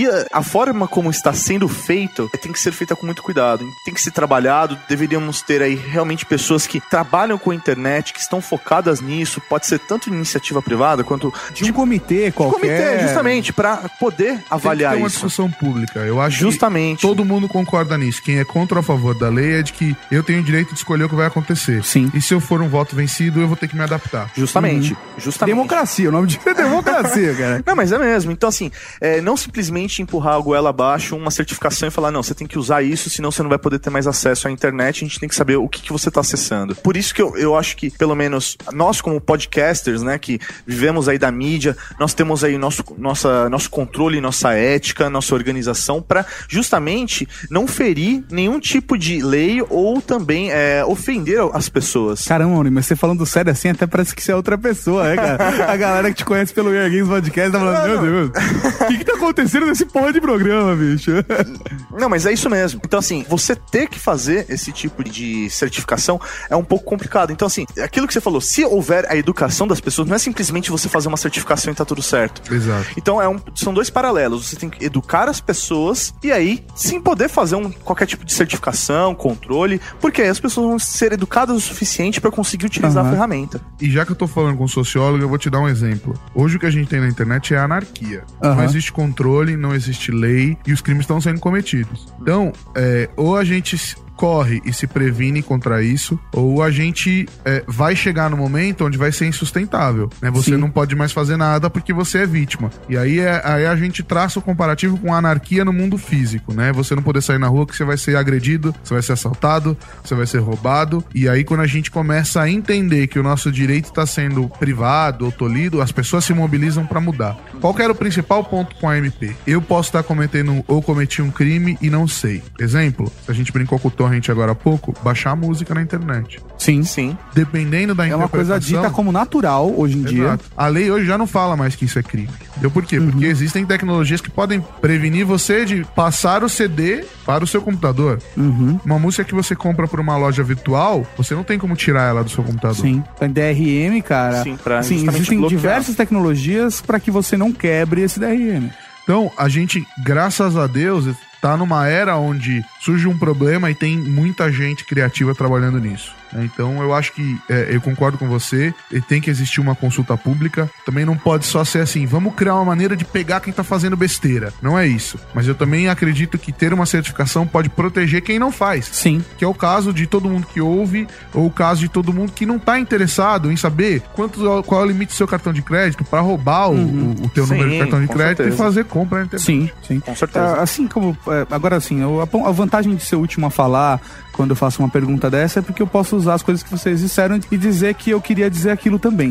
A forma como está sendo feito tem que ser feita com muito cuidado. Tem que ser trabalhado. Deveríamos ter aí realmente pessoas que trabalham com a internet, que estão focadas nisso. Pode ser tanto de iniciativa privada quanto de um comitê qualquer. Comitê, justamente, para poder avaliar tem que ter uma isso. discussão pública. Eu acho justamente. Que todo mundo concorda nisso. Quem é contra ou a favor da lei é de que eu tenho o direito de escolher o que vai acontecer. Sim. E se eu for um voto vencido, eu vou ter que me adaptar. Justamente. Democracia, o nome disso é democracia, cara. Não, mas é mesmo. Então, assim, não simplesmente empurrar a goela abaixo uma certificação e falar, não, você tem que usar isso, senão você não vai poder ter mais acesso à internet, a gente tem que saber o que você está acessando. Por isso que eu acho que, pelo menos, nós como podcasters, né, que vivemos aí da mídia, nós temos aí nosso controle, nossa ética, nossa organização, para justamente não ferir nenhum tipo de lei ou também ofender as pessoas. Caramba, Maurício, mas você falando sério assim, até parece que você é outra pessoa, né, cara? A galera que te conhece pelo Year Games Podcast tá falando, meu Deus, o que tá acontecendo nesse porra de programa, bicho? Não, mas é isso mesmo. Então, assim, você ter que fazer esse tipo de certificação é um pouco complicado. Então, assim, aquilo que você falou, se houver a educação das pessoas, não é simplesmente você fazer uma certificação e tá tudo certo. Exato. Então, são dois paralelos. Você tem que educar as pessoas e aí, sim, poder fazer qualquer tipo de certificação, controle, porque aí as pessoas vão ser educadas o suficiente para conseguir utilizar a ferramenta. E já que eu tô falando com sociólogo, eu vou te dar um exemplo. Hoje o que a gente tem na internet é anarquia. Não existe controle, não existe lei e os crimes estão sendo cometidos. Então, ou a gente corre e se previne contra isso, ou a gente vai chegar no momento onde vai ser insustentável, né? Você não pode mais fazer nada porque você é vítima. E aí a gente traça o comparativo com a anarquia no mundo físico, né? Você não poder sair na rua que você vai ser agredido, você vai ser assaltado, você vai ser roubado. E aí quando a gente começa a entender que o nosso direito está sendo privado ou tolhido, as pessoas se mobilizam para mudar. Qual que era o principal ponto com a MP? Eu posso estar cometendo ou cometi um crime e não sei. Exemplo, se a gente brincou com o torrent agora há pouco, baixar música na internet. Sim. Dependendo da interpretação... É uma coisa dita como natural hoje em dia. A lei hoje já não fala mais que isso é crime. Entendeu por quê? Porque existem tecnologias que podem prevenir você de passar o CD para o seu computador. Uma música que você compra por uma loja virtual, você não tem como tirar ela do seu computador. Sim. Tem DRM, cara. Sim, existem diversas tecnologias para que você não quebre esse DRM. Então, a gente, graças a Deus, tá numa era onde surge um problema e tem muita gente criativa trabalhando nisso. Então eu acho que eu concordo com você, tem que existir uma consulta pública. Também não pode só ser assim, vamos criar uma maneira de pegar quem tá fazendo besteira. Não é isso. Mas eu também acredito que ter uma certificação pode proteger quem não faz. Sim. Que é o caso de todo mundo que ouve, ou o caso de todo mundo que não tá interessado em saber qual é o limite do seu cartão de crédito para roubar o teu número de cartão de crédito e fazer compra na internet. Sim. Com certeza. Assim como... Agora, assim, a vantagem de ser o último a falar quando eu faço uma pergunta dessa é porque eu posso usar as coisas que vocês disseram e dizer que eu queria dizer aquilo também.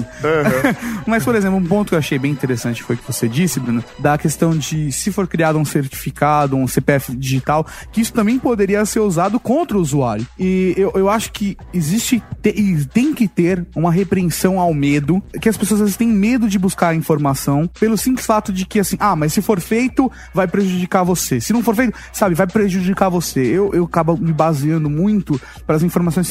Mas, por exemplo, um ponto que eu achei bem interessante foi o que você disse, Bruno, da questão de se for criado um certificado, um CPF digital, que isso também poderia ser usado contra o usuário. E eu acho que existe e tem que ter uma repreensão ao medo, que as pessoas às vezes têm medo de buscar a informação pelo simples fato de que, assim, mas se for feito, vai prejudicar você. Se não for feito, sabe, vai prejudicar você. Eu acabo me baseando muito para as informações, sei lá, que chega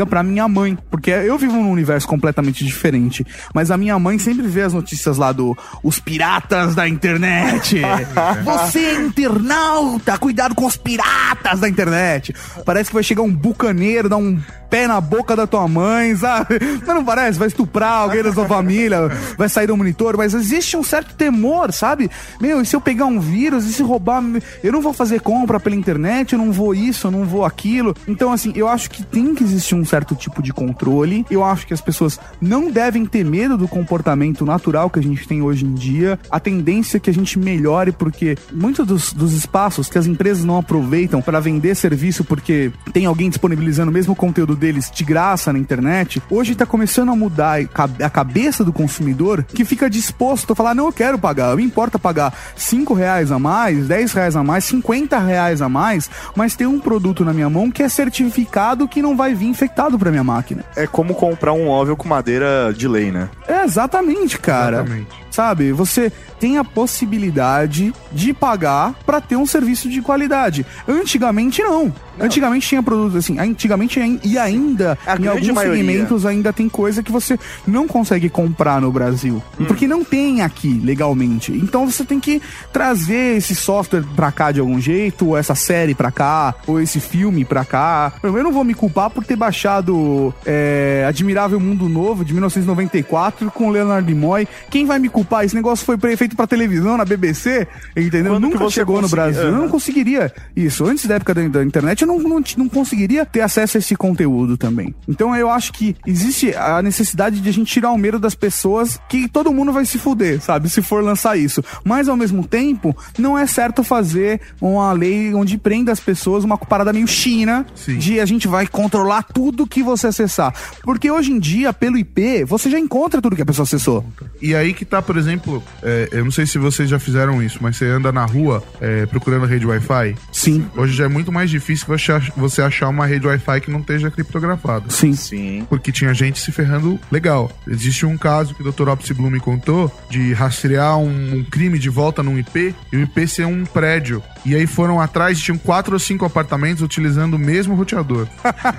pra minha mãe, porque eu vivo num universo completamente diferente, mas a minha mãe sempre vê as notícias lá os piratas da internet. Você é internauta, cuidado com os piratas da internet. Parece que vai chegar um bucaneiro, dar um pé na boca da tua mãe, sabe? Mas não parece? Vai estuprar alguém da sua família, vai sair do monitor, mas existe um certo temor, sabe? Meu, e se eu pegar um vírus, e se roubar, eu não vou fazer compra pela internet, eu não vou isso, eu não vou aquilo. Então, assim, eu acho que tem que existir um certo tipo de controle. Eu acho que as pessoas não devem ter medo do comportamento natural que a gente tem hoje em dia. A tendência é que a gente melhore, porque muitos dos espaços que as empresas não aproveitam para vender serviço porque tem alguém disponibilizando o mesmo conteúdo deles de graça na internet, hoje tá começando a mudar a cabeça do consumidor, que fica disposto a falar, não, eu quero pagar, me importa pagar R$5 a mais, R$10 a mais, R$50 a mais, mas tem um produto na minha mão que é certificado que não vai vir infectado pra minha máquina. É como comprar um móvel com madeira de lei, né? É, exatamente, cara. Exatamente. Sabe, você tem a possibilidade de pagar pra ter um serviço de qualidade. Antigamente não. Antigamente tinha produtos assim, antigamente e ainda em alguns segmentos ainda tem coisa que você não consegue comprar no Brasil, porque não tem aqui legalmente. Então você tem que trazer esse software pra cá de algum jeito, ou essa série pra cá, ou esse filme pra cá. Eu não vou me culpar por ter baixado Admirável Mundo Novo de 1994 com o Leonard Nimoy. Quem vai me culpar? Esse negócio foi feito pra televisão, na BBC, entendeu? Quando nunca chegou no Brasil. Eu não conseguiria isso. Antes da época da internet, eu não conseguiria ter acesso a esse conteúdo também. Então eu acho que existe a necessidade de a gente tirar o medo das pessoas, que todo mundo vai se fuder, sabe? Se for lançar isso. Mas ao mesmo tempo, não é certo fazer uma lei onde prenda as pessoas, uma parada meio China, de a gente vai controlar tudo que você acessar. Porque hoje em dia, pelo IP, você já encontra tudo que a pessoa acessou. E aí que tá, por exemplo, eu não sei se vocês já fizeram isso, mas você anda na rua procurando rede Wi-Fi. Sim. Hoje já é muito mais difícil você achar uma rede Wi-Fi que não esteja criptografada. Sim. Porque tinha gente se ferrando legal. Existe um caso que o Dr. Opsi Blum me contou de rastrear um crime de volta num IP e o IP ser um prédio. E aí foram atrás, tinham 4 ou 5 apartamentos utilizando o mesmo roteador.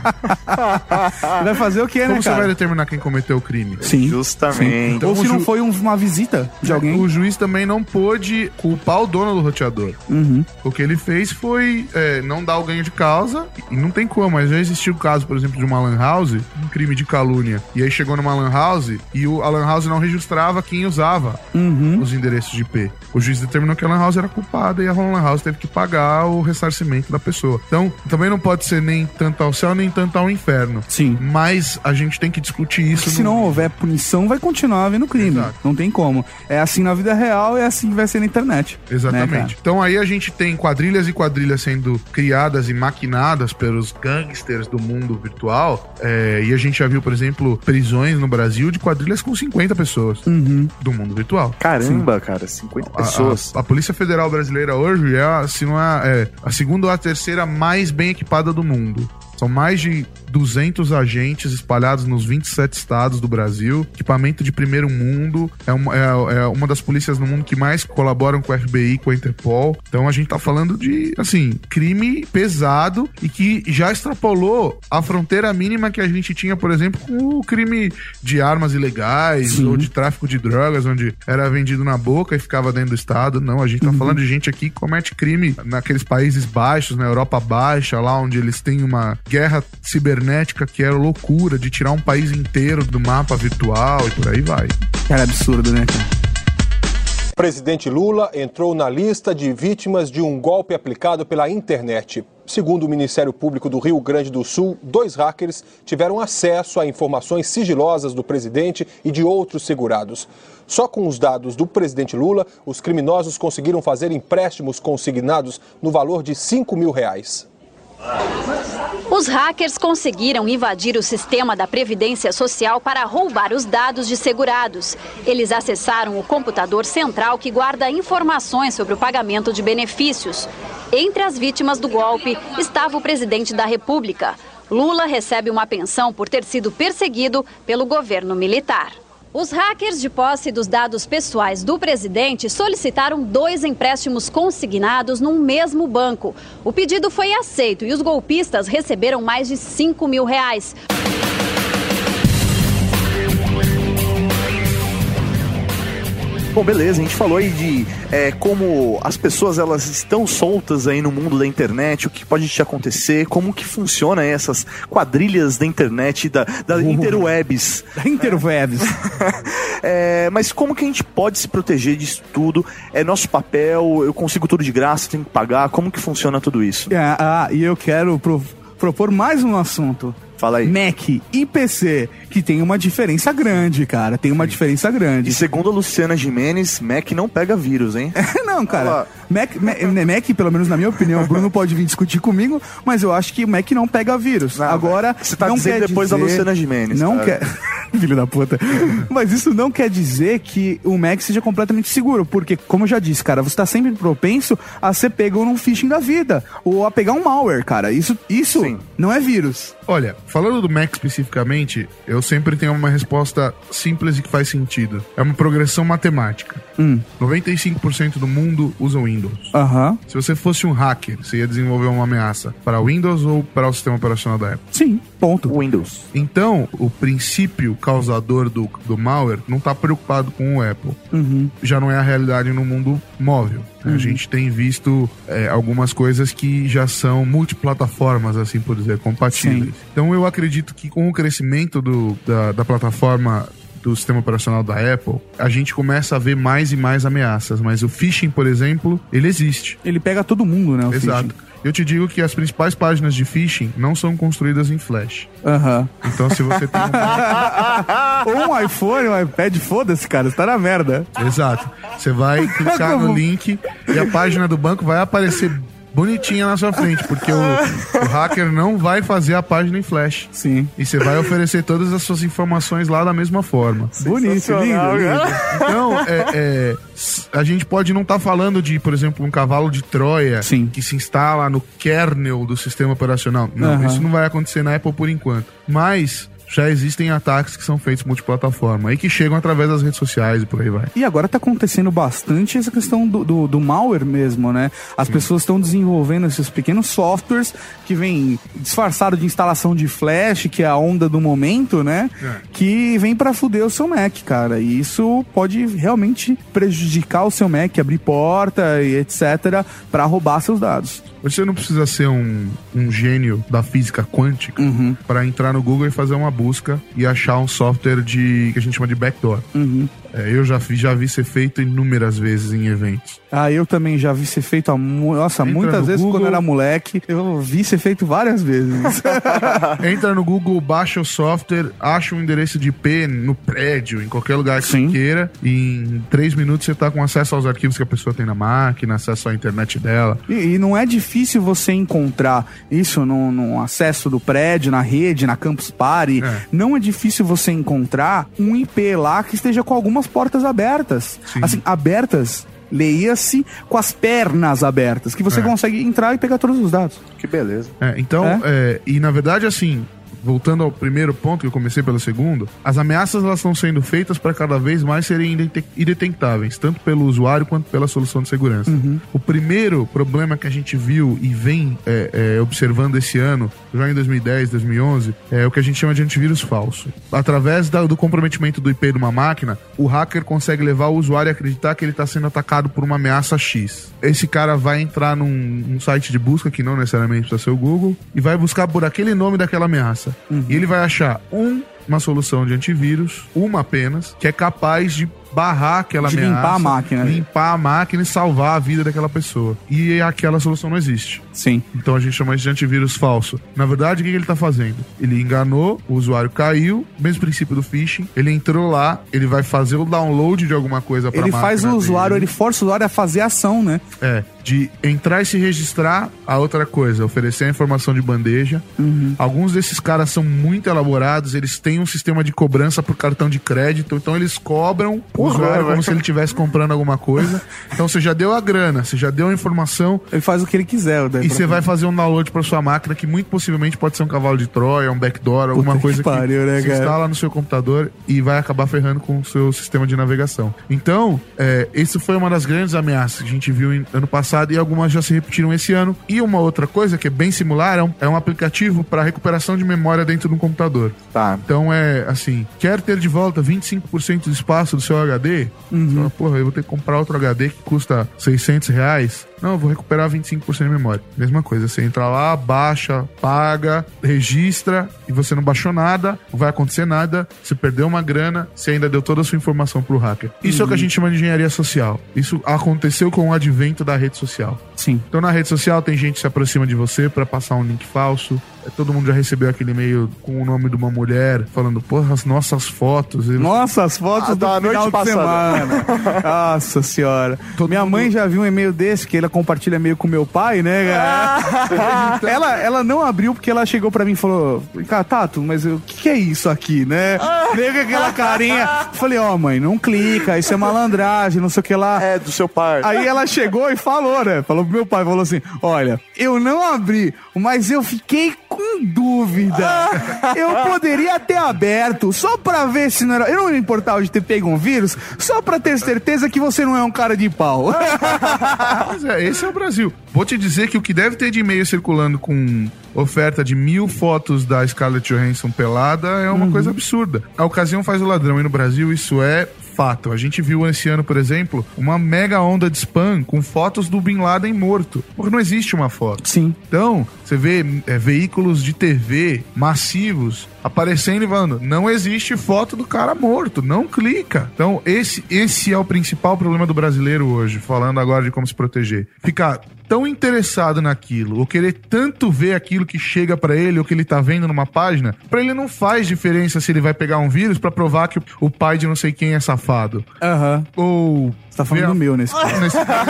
Vai fazer o quê, né, Como você cara? vai determinar quem cometeu o crime? Sim. Justamente. Sim. Então, ou se não foi uma visita de alguém. O juiz também não pôde culpar o dono do roteador. O que ele fez foi não dar o ganho de causa, e não tem como, mas já existiu o caso, por exemplo, de uma lan house, um crime de calúnia, e aí chegou numa lan house e a lan house não registrava quem usava os endereços de IP. O juiz determinou que a lan house era culpada e a lan house teve que pagar o ressarcimento da pessoa. Então, também não pode ser nem tanto ao céu, nem tanto ao inferno. Sim. Mas a gente tem que discutir isso. Se não houver punição, vai continuar havendo crime. Exato. Não tem como. É assim na vida real, é assim que vai ser na internet. Exatamente. Né, então aí a gente tem quadrilhas e quadrilhas sendo criadas e maquinadas pelos gangsters do mundo virtual. E a gente já viu, por exemplo, prisões no Brasil de quadrilhas com 50 pessoas do mundo virtual. Caramba, cara, 50 pessoas. A Polícia Federal Brasileira hoje se não é a segunda ou a terceira mais bem equipada do mundo. São mais de 200 agentes espalhados nos 27 estados do Brasil, equipamento de primeiro mundo, é uma das polícias no mundo que mais colaboram com o FBI e com a Interpol. Então a gente tá falando de, assim, crime pesado e que já extrapolou a fronteira mínima que a gente tinha, por exemplo, com o crime de armas ilegais ou de tráfico de drogas, onde era vendido na boca e ficava dentro do estado. Não, a gente tá falando de gente aqui que comete crime naqueles países baixos, na Europa Baixa, lá onde eles têm uma guerra cibernética que era loucura, de tirar um país inteiro do mapa virtual e por aí vai. Cara, absurdo, né, cara? O presidente Lula entrou na lista de vítimas de um golpe aplicado pela internet. Segundo o Ministério Público do Rio Grande do Sul, 2 hackers tiveram acesso a informações sigilosas do presidente e de outros segurados. Só com os dados do presidente Lula, os criminosos conseguiram fazer empréstimos consignados no valor de R$5 mil. Os hackers conseguiram invadir o sistema da Previdência Social para roubar os dados de segurados. Eles acessaram o computador central que guarda informações sobre o pagamento de benefícios. Entre as vítimas do golpe estava o presidente da República. Lula recebe uma pensão por ter sido perseguido pelo governo militar. Os hackers, de posse dos dados pessoais do presidente, solicitaram 2 empréstimos consignados num mesmo banco. O pedido foi aceito e os golpistas receberam mais de R$5 mil. Bom, beleza, a gente falou aí de como as pessoas elas estão soltas aí no mundo da internet, o que pode te acontecer, como que funciona aí essas quadrilhas da internet, da interwebs. Da interwebs. Mas como que a gente pode se proteger disso tudo? É nosso papel, eu consigo tudo de graça, tenho que pagar, como que funciona tudo isso? E eu quero propor mais um assunto. Fala aí. Mac e PC, que tem uma diferença grande, cara. Tem uma diferença grande. E segundo a Luciana Gimenez, Mac não pega vírus, hein? Não, cara. Mac, pelo menos na minha opinião, o Bruno pode vir discutir comigo, mas eu acho que o Mac não pega vírus. Agora, você tá dizendo depois da Luciana Gimenez. Não quer... Filho da puta. Mas isso não quer dizer que o Mac seja completamente seguro, porque, como eu já disse, cara, você tá sempre propenso a ser pego num phishing da vida, ou a pegar um malware, cara. Isso não é vírus. Olha, falando do Mac especificamente, eu sempre tenho uma resposta simples e que faz sentido. É uma progressão matemática. 95% do mundo usa o Windows. Se você fosse um hacker, você ia desenvolver uma ameaça para o Windows ou para o sistema operacional da Apple? Sim, ponto. Windows. Então, o princípio causador do malware não está preocupado com o Apple. Já não é a realidade no mundo móvel. A gente tem visto algumas coisas que já são multiplataformas, assim por dizer, compatíveis. Então eu acredito que com o crescimento da plataforma do sistema operacional da Apple, a gente começa a ver mais e mais ameaças. Mas o phishing, por exemplo, ele existe. Ele pega todo mundo, né? Exato. Phishing. Eu te digo que as principais páginas de phishing não são construídas em Flash. Então se você tem ou um iPhone, um iPad, foda-se, cara, você tá na merda. Exato. Você vai clicar no link e a página do banco vai aparecer bonitinha na sua frente, porque o hacker não vai fazer a página em Flash. Sim. E você vai oferecer todas as suas informações lá da mesma forma. Bonito, lindo. Então, a gente pode não estar falando de, por exemplo, um cavalo de Troia que se instala no kernel do sistema operacional. Não, isso não vai acontecer na Apple por enquanto. Mas já existem ataques que são feitos multiplataforma e que chegam através das redes sociais e por aí vai. E agora tá acontecendo bastante essa questão do malware mesmo, né? As pessoas estão desenvolvendo esses pequenos softwares que vêm disfarçado de instalação de Flash, que é a onda do momento, né? Que vem pra fuder o seu Mac, cara. E isso pode realmente prejudicar o seu Mac, abrir porta e etc. pra roubar seus dados. Você não precisa ser um gênio da física quântica para entrar no Google e fazer uma busca e achar um software que a gente chama de backdoor. Eu já vi ser feito inúmeras vezes em eventos. Eu também já vi ser feito muitas vezes Google, quando eu era moleque. Eu vi ser feito várias vezes. Entra no Google, baixa o software, acha um endereço de IP no prédio, em qualquer lugar que você queira, e em 3 minutos você tá com acesso aos arquivos que a pessoa tem na máquina, acesso à internet dela. E não é difícil você encontrar isso no acesso do prédio, na rede, na Campus Party. Não é difícil você encontrar um IP lá que esteja com algumas portas abertas. Assim, abertas, leia-se com as pernas abertas, que você consegue entrar e pegar todos os dados. Que beleza. E na verdade, assim, voltando ao primeiro ponto, que eu comecei pelo segundo, as ameaças elas estão sendo feitas para cada vez mais serem indetectáveis, tanto pelo usuário quanto pela solução de segurança. O primeiro problema que a gente viu e vem observando esse ano, já em 2010, 2011, é o que a gente chama de antivírus falso. Através do comprometimento do IP de uma máquina, o hacker consegue levar o usuário a acreditar que ele está sendo atacado por uma ameaça X. Esse cara vai entrar num site de busca, que não necessariamente precisa ser o Google, e vai buscar por aquele nome daquela ameaça. E ele vai achar uma solução de antivírus, uma apenas, que é capaz de barrar aquela ameaça, limpar a máquina. Limpar a máquina e salvar a vida daquela pessoa. E aquela solução não existe. Sim. Então a gente chama isso de antivírus falso. Na verdade, o que ele tá fazendo? Ele enganou, o usuário caiu, mesmo princípio do phishing, ele entrou lá, ele vai fazer o download de alguma coisa pra máquina. Ele faz o usuário, ele força o usuário a fazer a ação, né? De entrar e se registrar. A outra coisa, oferecer a informação de bandeja. Alguns desses caras são muito elaborados, eles têm um sistema de cobrança por cartão de crédito, então eles cobram o usuário como se ele estivesse comprando alguma coisa. Então você já deu a grana, você já deu a informação. Ele faz o que ele quiser. E você vai fazer um download para sua máquina que muito possivelmente pode ser um cavalo de Troia, um backdoor, alguma coisa que se instala no seu computador e vai acabar ferrando com o seu sistema de navegação. Então, isso foi uma das grandes ameaças que a gente viu ano passado e algumas já se repetiram esse ano. E uma outra coisa que é bem similar é um aplicativo para recuperação de memória dentro de um computador. Então quer ter de volta 25% do espaço do seu HD, você fala, porra, eu vou ter que comprar outro HD que custa R$600. Não, eu vou recuperar 25% de memória. Mesma coisa, você entra lá, baixa, paga, registra, e você não baixou nada, não vai acontecer nada, você perdeu uma grana, você ainda deu toda a sua informação pro hacker. Isso é o que a gente chama de engenharia social. Isso aconteceu com o advento da rede social. Sim. Então na rede social tem gente que se aproxima de você pra passar um link falso. Todo mundo já recebeu aquele e-mail com o nome de uma mulher falando, porra, as nossas fotos. Nossas fotos do final de semana. Nossa senhora. Minha mãe já viu um e-mail desse, que ela compartilha e-mail com meu pai, né? Ela não abriu porque ela chegou pra mim e falou, cara, Tato, mas o que é isso aqui, né? Meio que aquela carinha. Falei, mãe, não clica, isso é malandragem, não sei o que lá. É, do seu pai. Aí ela chegou e falou, né? Falou pro meu pai, falou assim, olha, eu não abri, mas eu fiquei com dúvida. Eu poderia ter aberto só pra ver se não era... Eu não me importava de ter pego um vírus, só pra ter certeza que você não é um cara de pau. Mas esse é o Brasil. Vou te dizer que o que deve ter de e-mail circulando com oferta de 1000 fotos da Scarlett Johansson pelada é uma coisa absurda. A ocasião faz o ladrão, e no Brasil isso é fato. A gente viu esse ano, por exemplo, uma mega onda de spam com fotos do Bin Laden morto. Porque não existe uma foto. Sim. Então, você vê veículos de TV massivos aparecendo e falando, não existe foto do cara morto, não clica. Então, esse é o principal problema do brasileiro hoje, falando agora de como se proteger. Ficar tão interessado naquilo, ou querer tanto ver aquilo que chega pra ele, ou que ele tá vendo numa página, pra ele não faz diferença se ele vai pegar um vírus pra provar que o pai de não sei quem é safado. Ou... Você tá falando do meu nesse caso.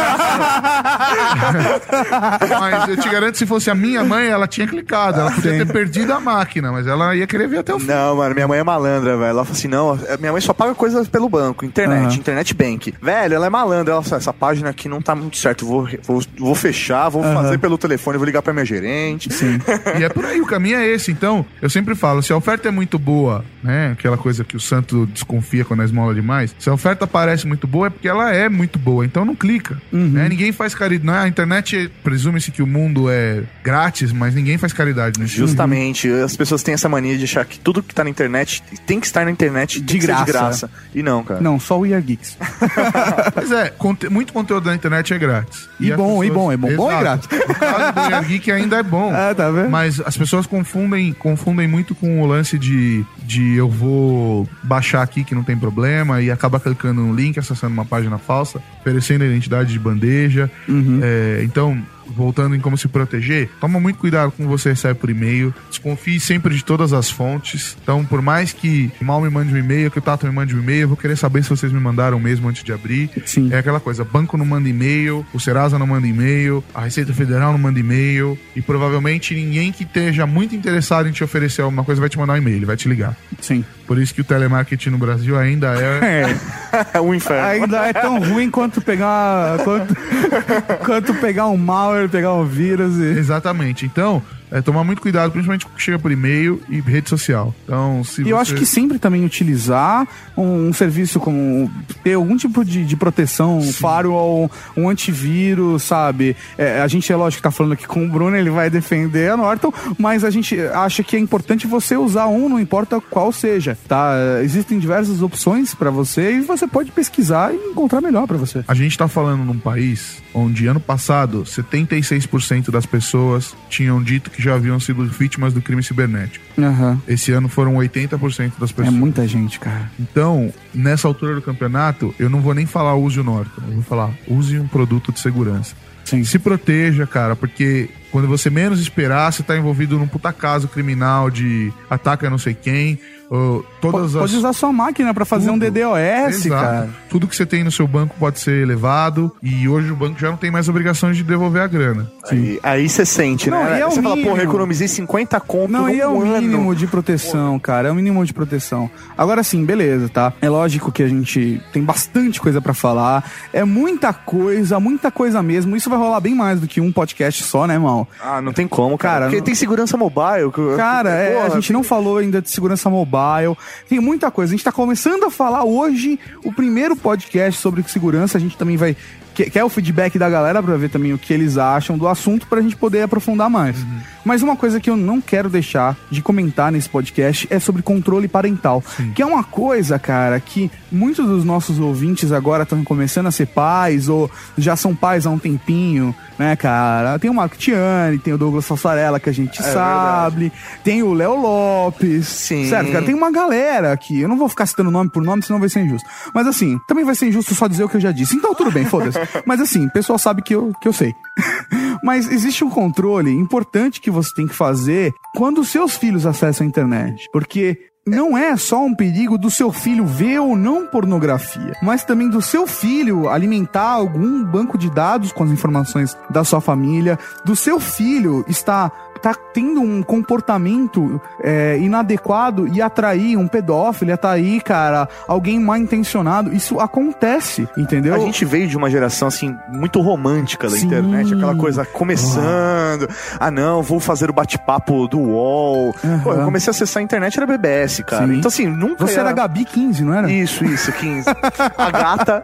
Mas eu te garanto, se fosse a minha mãe, ela tinha clicado. Ela podia ter perdido a máquina, mas ela ia querer ver até o fim. Não, mano, minha mãe é malandra, velho. Ela fala assim, não, minha mãe só paga coisas pelo banco, internet bank. Velho, ela é malandra. Ela fala, essa página aqui não tá muito certo. Vou fechar, vou fazer pelo telefone, vou ligar pra minha gerente. Sim. E é por aí, o caminho é esse. Então, eu sempre falo, se a oferta é muito boa, né, aquela coisa que o santo desconfia quando a esmola demais, se a oferta parece muito boa é porque ela é muito boa, então não clica. Né? Ninguém faz caridade. A internet, presume-se que o mundo é grátis, mas ninguém faz caridade. Né? Justamente. As pessoas têm essa mania de achar que tudo que tá na internet tem que estar na internet de graça. E não, cara. Não, só o We Are Geeks. Mas muito conteúdo da internet é grátis. E bom e grátis. No caso do We Are Geek ainda é bom. Tá vendo? Mas as pessoas confundem muito com o lance de eu vou baixar aqui que não tem problema e acaba clicando no link, acessando uma página falsa, oferecendo a identidade de bandeja. Então, voltando em como se proteger, toma muito cuidado com o que você recebe por e-mail, desconfie sempre de todas as fontes. Então, por mais que o Mal me mande um e-mail, que o Tato me mande um e-mail, eu vou querer saber se vocês me mandaram mesmo antes de abrir. Sim. É aquela coisa, banco não manda e-mail, o Serasa não manda e-mail, a Receita Federal não manda e-mail, e provavelmente ninguém que esteja muito interessado em te oferecer alguma coisa vai te mandar um e-mail, ele vai te ligar. Sim. Por isso que o telemarketing no Brasil ainda é um inferno. Ainda é tão ruim quanto pegar um malware, pegar um vírus. Exatamente. Então, tomar muito cuidado, principalmente quando chega por e-mail e rede social. Então, eu acho que sempre também utilizar um serviço como ter algum tipo de proteção, um firewall, um antivírus, sabe? A gente, é lógico que tá falando aqui com o Bruno, ele vai defender a Norton, mas a gente acha que é importante você usar não importa qual seja, tá? Existem diversas opções pra você e você pode pesquisar e encontrar melhor pra você. A gente tá falando num país onde ano passado 76% das pessoas tinham dito que já haviam sido vítimas do crime cibernético. Esse ano foram 80% das pessoas. É muita gente, cara. Então, nessa altura do campeonato, eu não vou nem falar use o Norton, eu vou falar use um produto de segurança. Sim. Se proteja, cara, porque quando você menos esperar, você tá envolvido num puta caso criminal de ataque a não sei quem. Pode usar sua máquina pra fazer um DDoS, cara. Tudo que você tem no seu banco pode ser levado e hoje o banco já não tem mais obrigações de devolver a grana. Aí você sente, né? Você fala, porra, economizei 50 conto Não, e é o mínimo de proteção, cara. É o mínimo de proteção. Agora sim, beleza, tá? É lógico que a gente tem bastante coisa pra falar. É muita coisa mesmo. Isso vai rolar bem mais do que um podcast só, né, mal? Ah, não tem como, cara. Porque tem segurança mobile. Cara, a gente não falou ainda de segurança mobile. Tem muita coisa. A gente tá começando a falar hoje o primeiro podcast sobre segurança. A gente também vai quer o feedback da galera pra ver também o que eles acham do assunto pra gente poder aprofundar mais. Mas uma coisa que eu não quero deixar de comentar nesse podcast é sobre controle parental. Que é uma coisa, cara, que muitos dos nossos ouvintes agora estão começando a ser pais ou já são pais há um tempinho, né, cara? Tem o Marco Tiani, tem o Douglas Fassarella, que a gente sabe, tem o Léo Lopes. Sim. Certo, cara? Tem uma galera aqui. Eu não vou ficar citando nome por nome, senão vai ser injusto. Mas assim, também vai ser injusto só dizer o que eu já disse. Então tudo bem, foda-se. Mas assim, o pessoal sabe que eu sei. Mas existe um controle importante que você tem que fazer quando os seus filhos acessam a internet. Porque não é só um perigo do seu filho ver ou não pornografia, mas também do seu filho alimentar algum banco de dados com as informações da sua família, do seu filho tá tendo um comportamento inadequado e atrair um pedófilo, atrair, cara, alguém mal intencionado. Isso acontece, entendeu? A gente veio de uma geração, assim, muito romântica da internet, aquela coisa começando, não, vou fazer o bate-papo do UOL. Pô, eu comecei a acessar a internet, era BBS, cara. Então, assim, nunca Você era Gabi 15, não era? Isso, 15. A gata.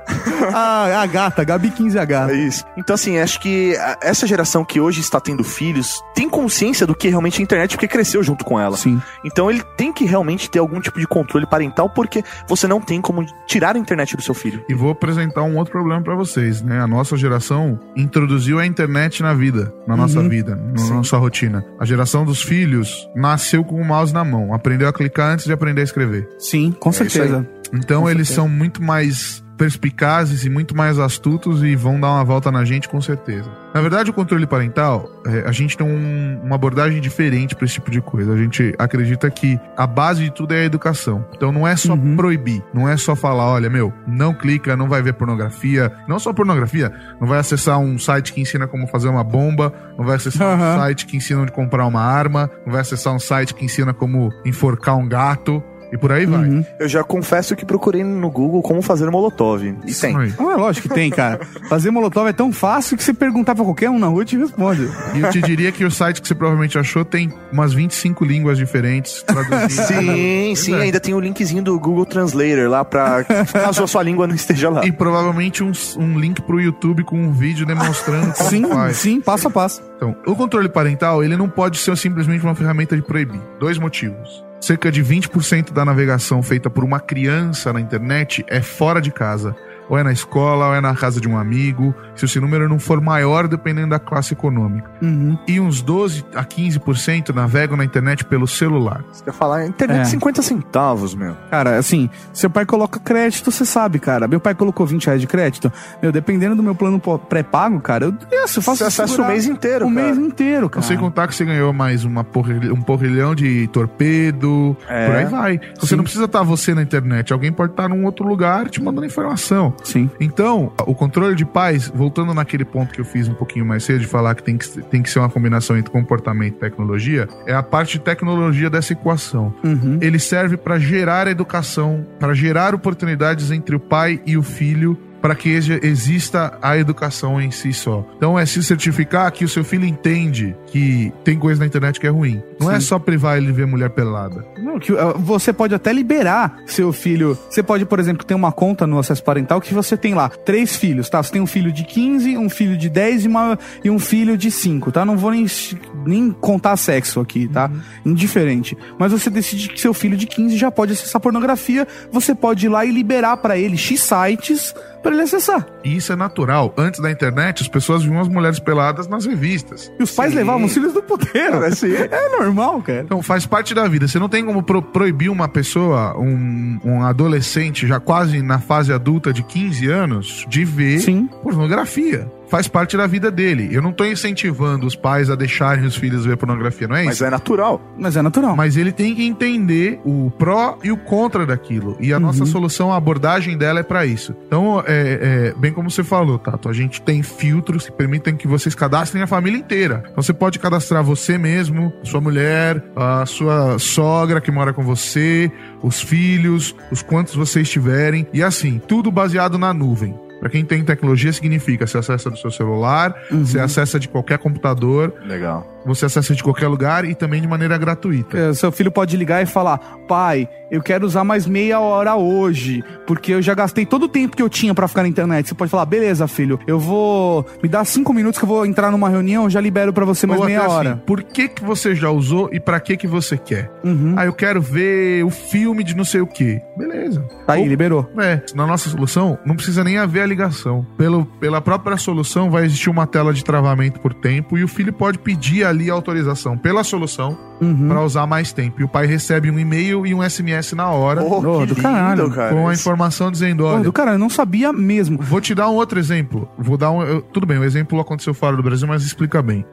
A gata, Gabi 15 a gata. Isso. Então, assim, acho que essa geração que hoje está tendo filhos tem consciência do que realmente é a internet, porque cresceu junto com ela. Sim. Então ele tem que realmente ter algum tipo de controle parental, porque você não tem como tirar a internet do seu filho. E vou apresentar um outro problema pra vocês, né? A nossa geração introduziu a internet na vida, na nossa vida, na nossa rotina. A geração dos filhos nasceu com o mouse na mão, aprendeu a clicar antes de aprender a escrever. Sim, com certeza. Então eles são muito mais perspicazes e muito mais astutos e vão dar uma volta na gente com certeza. Na verdade, o controle parental, a gente tem uma abordagem diferente para esse tipo de coisa. A gente acredita que a base de tudo é a educação. Então não é só proibir, não é só falar, olha, não clica, não vai ver pornografia, não só pornografia, não vai acessar um site que ensina como fazer uma bomba, não vai acessar um site que ensina onde comprar uma arma, não vai acessar um site que ensina como enforcar um gato. E por aí vai. Eu já confesso que procurei no Google como fazer molotov. E tem. Não, é lógico que tem, cara. Fazer molotov é tão fácil que você perguntar pra qualquer um na rua e te responde. E eu te diria que o site que você provavelmente achou tem umas 25 línguas diferentes traduzidas. Sim, ainda tem o linkzinho do Google Translator lá pra caso a sua língua não esteja lá. E provavelmente um link pro YouTube com um vídeo demonstrando como faz. Sim, passo a passo. Então, o controle parental, ele não pode ser simplesmente uma ferramenta de proibir. 2 motivos. Cerca de 20% da navegação feita por uma criança na internet é fora de casa. Ou é na escola, ou é na casa de um amigo, se esse número não for maior, dependendo da classe econômica. E uns 12 a 15% navegam na internet pelo celular. Você quer falar, internet 50 centavos, meu. Cara, assim, seu pai coloca crédito, você sabe, cara. Meu pai colocou R$20 de crédito. Dependendo do meu plano pré-pago, cara, eu faço você acessa o mês inteiro, mês inteiro, cara. Não sei contar que você ganhou mais um porrilhão de torpedo, por aí vai. Você não precisa estar você na internet, alguém pode estar num outro lugar te mandando informação. Sim. Então, o controle de pais, voltando naquele ponto que eu fiz um pouquinho mais cedo, de falar que tem que ser uma combinação entre comportamento e tecnologia, é a parte de tecnologia dessa equação. Ele serve para gerar educação, para gerar oportunidades entre o pai e o filho, para que exista a educação em si só. Então é se certificar que o seu filho entende que tem coisa na internet que é ruim. Não é só privar ele de ver mulher pelada. Não, que você pode até liberar seu filho. Você pode, por exemplo, ter uma conta no acesso parental que você tem lá 3 filhos, tá? Você tem um filho de 15, um filho de 10 e um filho de 5, tá? Não vou nem contar sexo aqui, tá? Indiferente. Mas você decide que seu filho de 15 já pode acessar pornografia, você pode ir lá e liberar pra ele X sites pra ele acessar. E isso é natural. Antes da internet, as pessoas viam as mulheres peladas nas revistas. E os pais levavam os filhos do puteiro. É normal, cara. Então faz parte da vida. Você não tem como proibir uma pessoa, um adolescente já quase na fase adulta de 15 anos, de ver pornografia. Faz parte da vida dele. Eu não tô incentivando os pais a deixarem os filhos ver pornografia, não é isso? Mas é natural. Mas ele tem que entender o pró e o contra daquilo. E a nossa solução, a abordagem dela é pra isso. Então, bem como você falou, Tato, a gente tem filtros que permitem que vocês cadastrem a família inteira. Então você pode cadastrar você mesmo, sua mulher, a sua sogra que mora com você, os filhos, os quantos vocês tiverem. E assim, tudo baseado na nuvem. Pra quem tem tecnologia, significa você acessa do seu celular, você acessa de qualquer computador. Legal. você acessa de qualquer lugar e também de maneira gratuita. Seu filho pode ligar e falar: pai, eu quero usar mais meia hora hoje, porque eu já gastei todo o tempo que eu tinha pra ficar na internet. Você pode falar: beleza, filho, eu vou... Me dá 5 minutos que eu vou entrar numa reunião, eu já libero pra você mais meia hora. Assim, por que você já usou e pra que você quer? Eu quero ver o filme de não sei o que. Beleza. Tá aí, liberou. Na nossa solução, não precisa nem haver a ligação. Pela própria solução, vai existir uma tela de travamento por tempo e o filho pode pedir ali a autorização pela solução pra usar mais tempo. E o pai recebe um e-mail e um SMS na hora. Que do caralho, cara. Com a informação dizendo, olha... do caralho, eu não sabia mesmo. Vou te dar um outro exemplo. Tudo bem, o exemplo aconteceu fora do Brasil, mas explica bem.